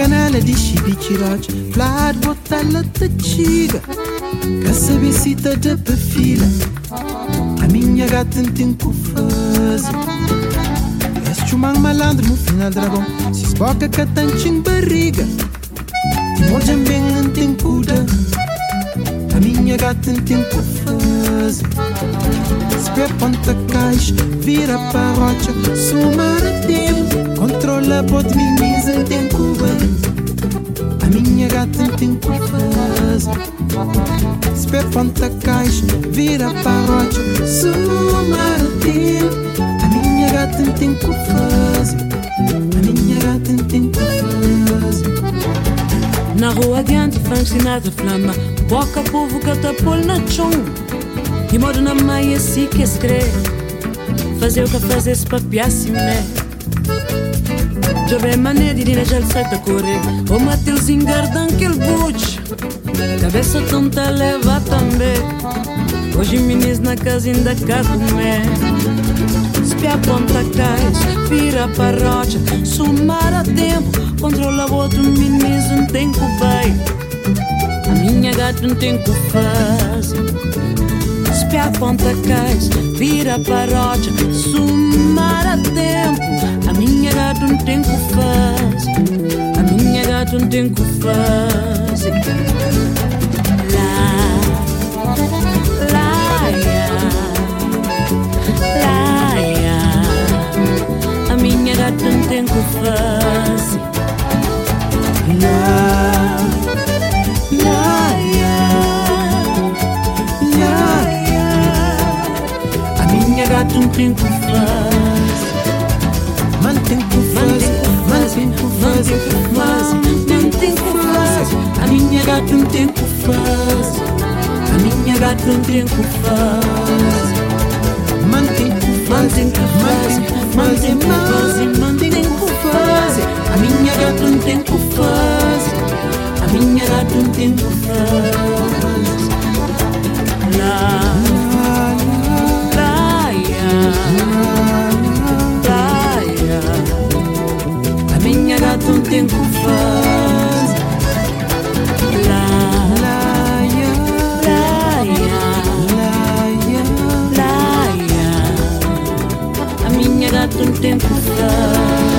panela de chibichirote, flor botala de chiga, caçabecita de perfila. A minha gata tem que fazer. Este chumang malandro no final dragão, se esboca catanchim barriga. Hoje bem não tem cuida. A minha gata tem que fazer. Se pé ponta caixa, vira paróquia, somar a tempo, controla bot mimisa tem cuba. A minha gata tem que fazer. Se pé ponta caixa, vira paróquia, somar a tempo. A minha gata tem que fazer. A minha gata tem que fazer. Na rua adiante, francinada flama, boca povo catapul na chão. E modo na maia se que escreve, fazer o que fazer se papiasse me. Jove mané de dina já sai da correr, o Mateus engardan que ele buche. Cabeça tonta leva também, hoje meninos na casa ainda cá comer. Espia ponta cais, vira paróquia, sumar a tempo, controla o outro meninos não tem que vai. A minha gata não tem que fazer. Espia ponta cais, vira paróquia, sumar a tempo. A minha gata não tem que fazer. A minha gata não tem que fazer. Lá, lá, lá, lá. A minha gata não tem que fazer. Lá, lá, lá, lá. A minha gata não tem que fazer. Mantém que fazer, mantém que fazer, mantém que fazer. A minha gata não tem que fazer. A minha gata não tem que fazer. Mantém que Mantém que fazer, mantém que fazer, mantém que fazer. A minha gata não tem que fazer. A minha gata não tem que fazer. Lá, lá, lá, a minha gata não tem que fazer. Lá, lá, lá, lá, a minha gata não tem que fazer.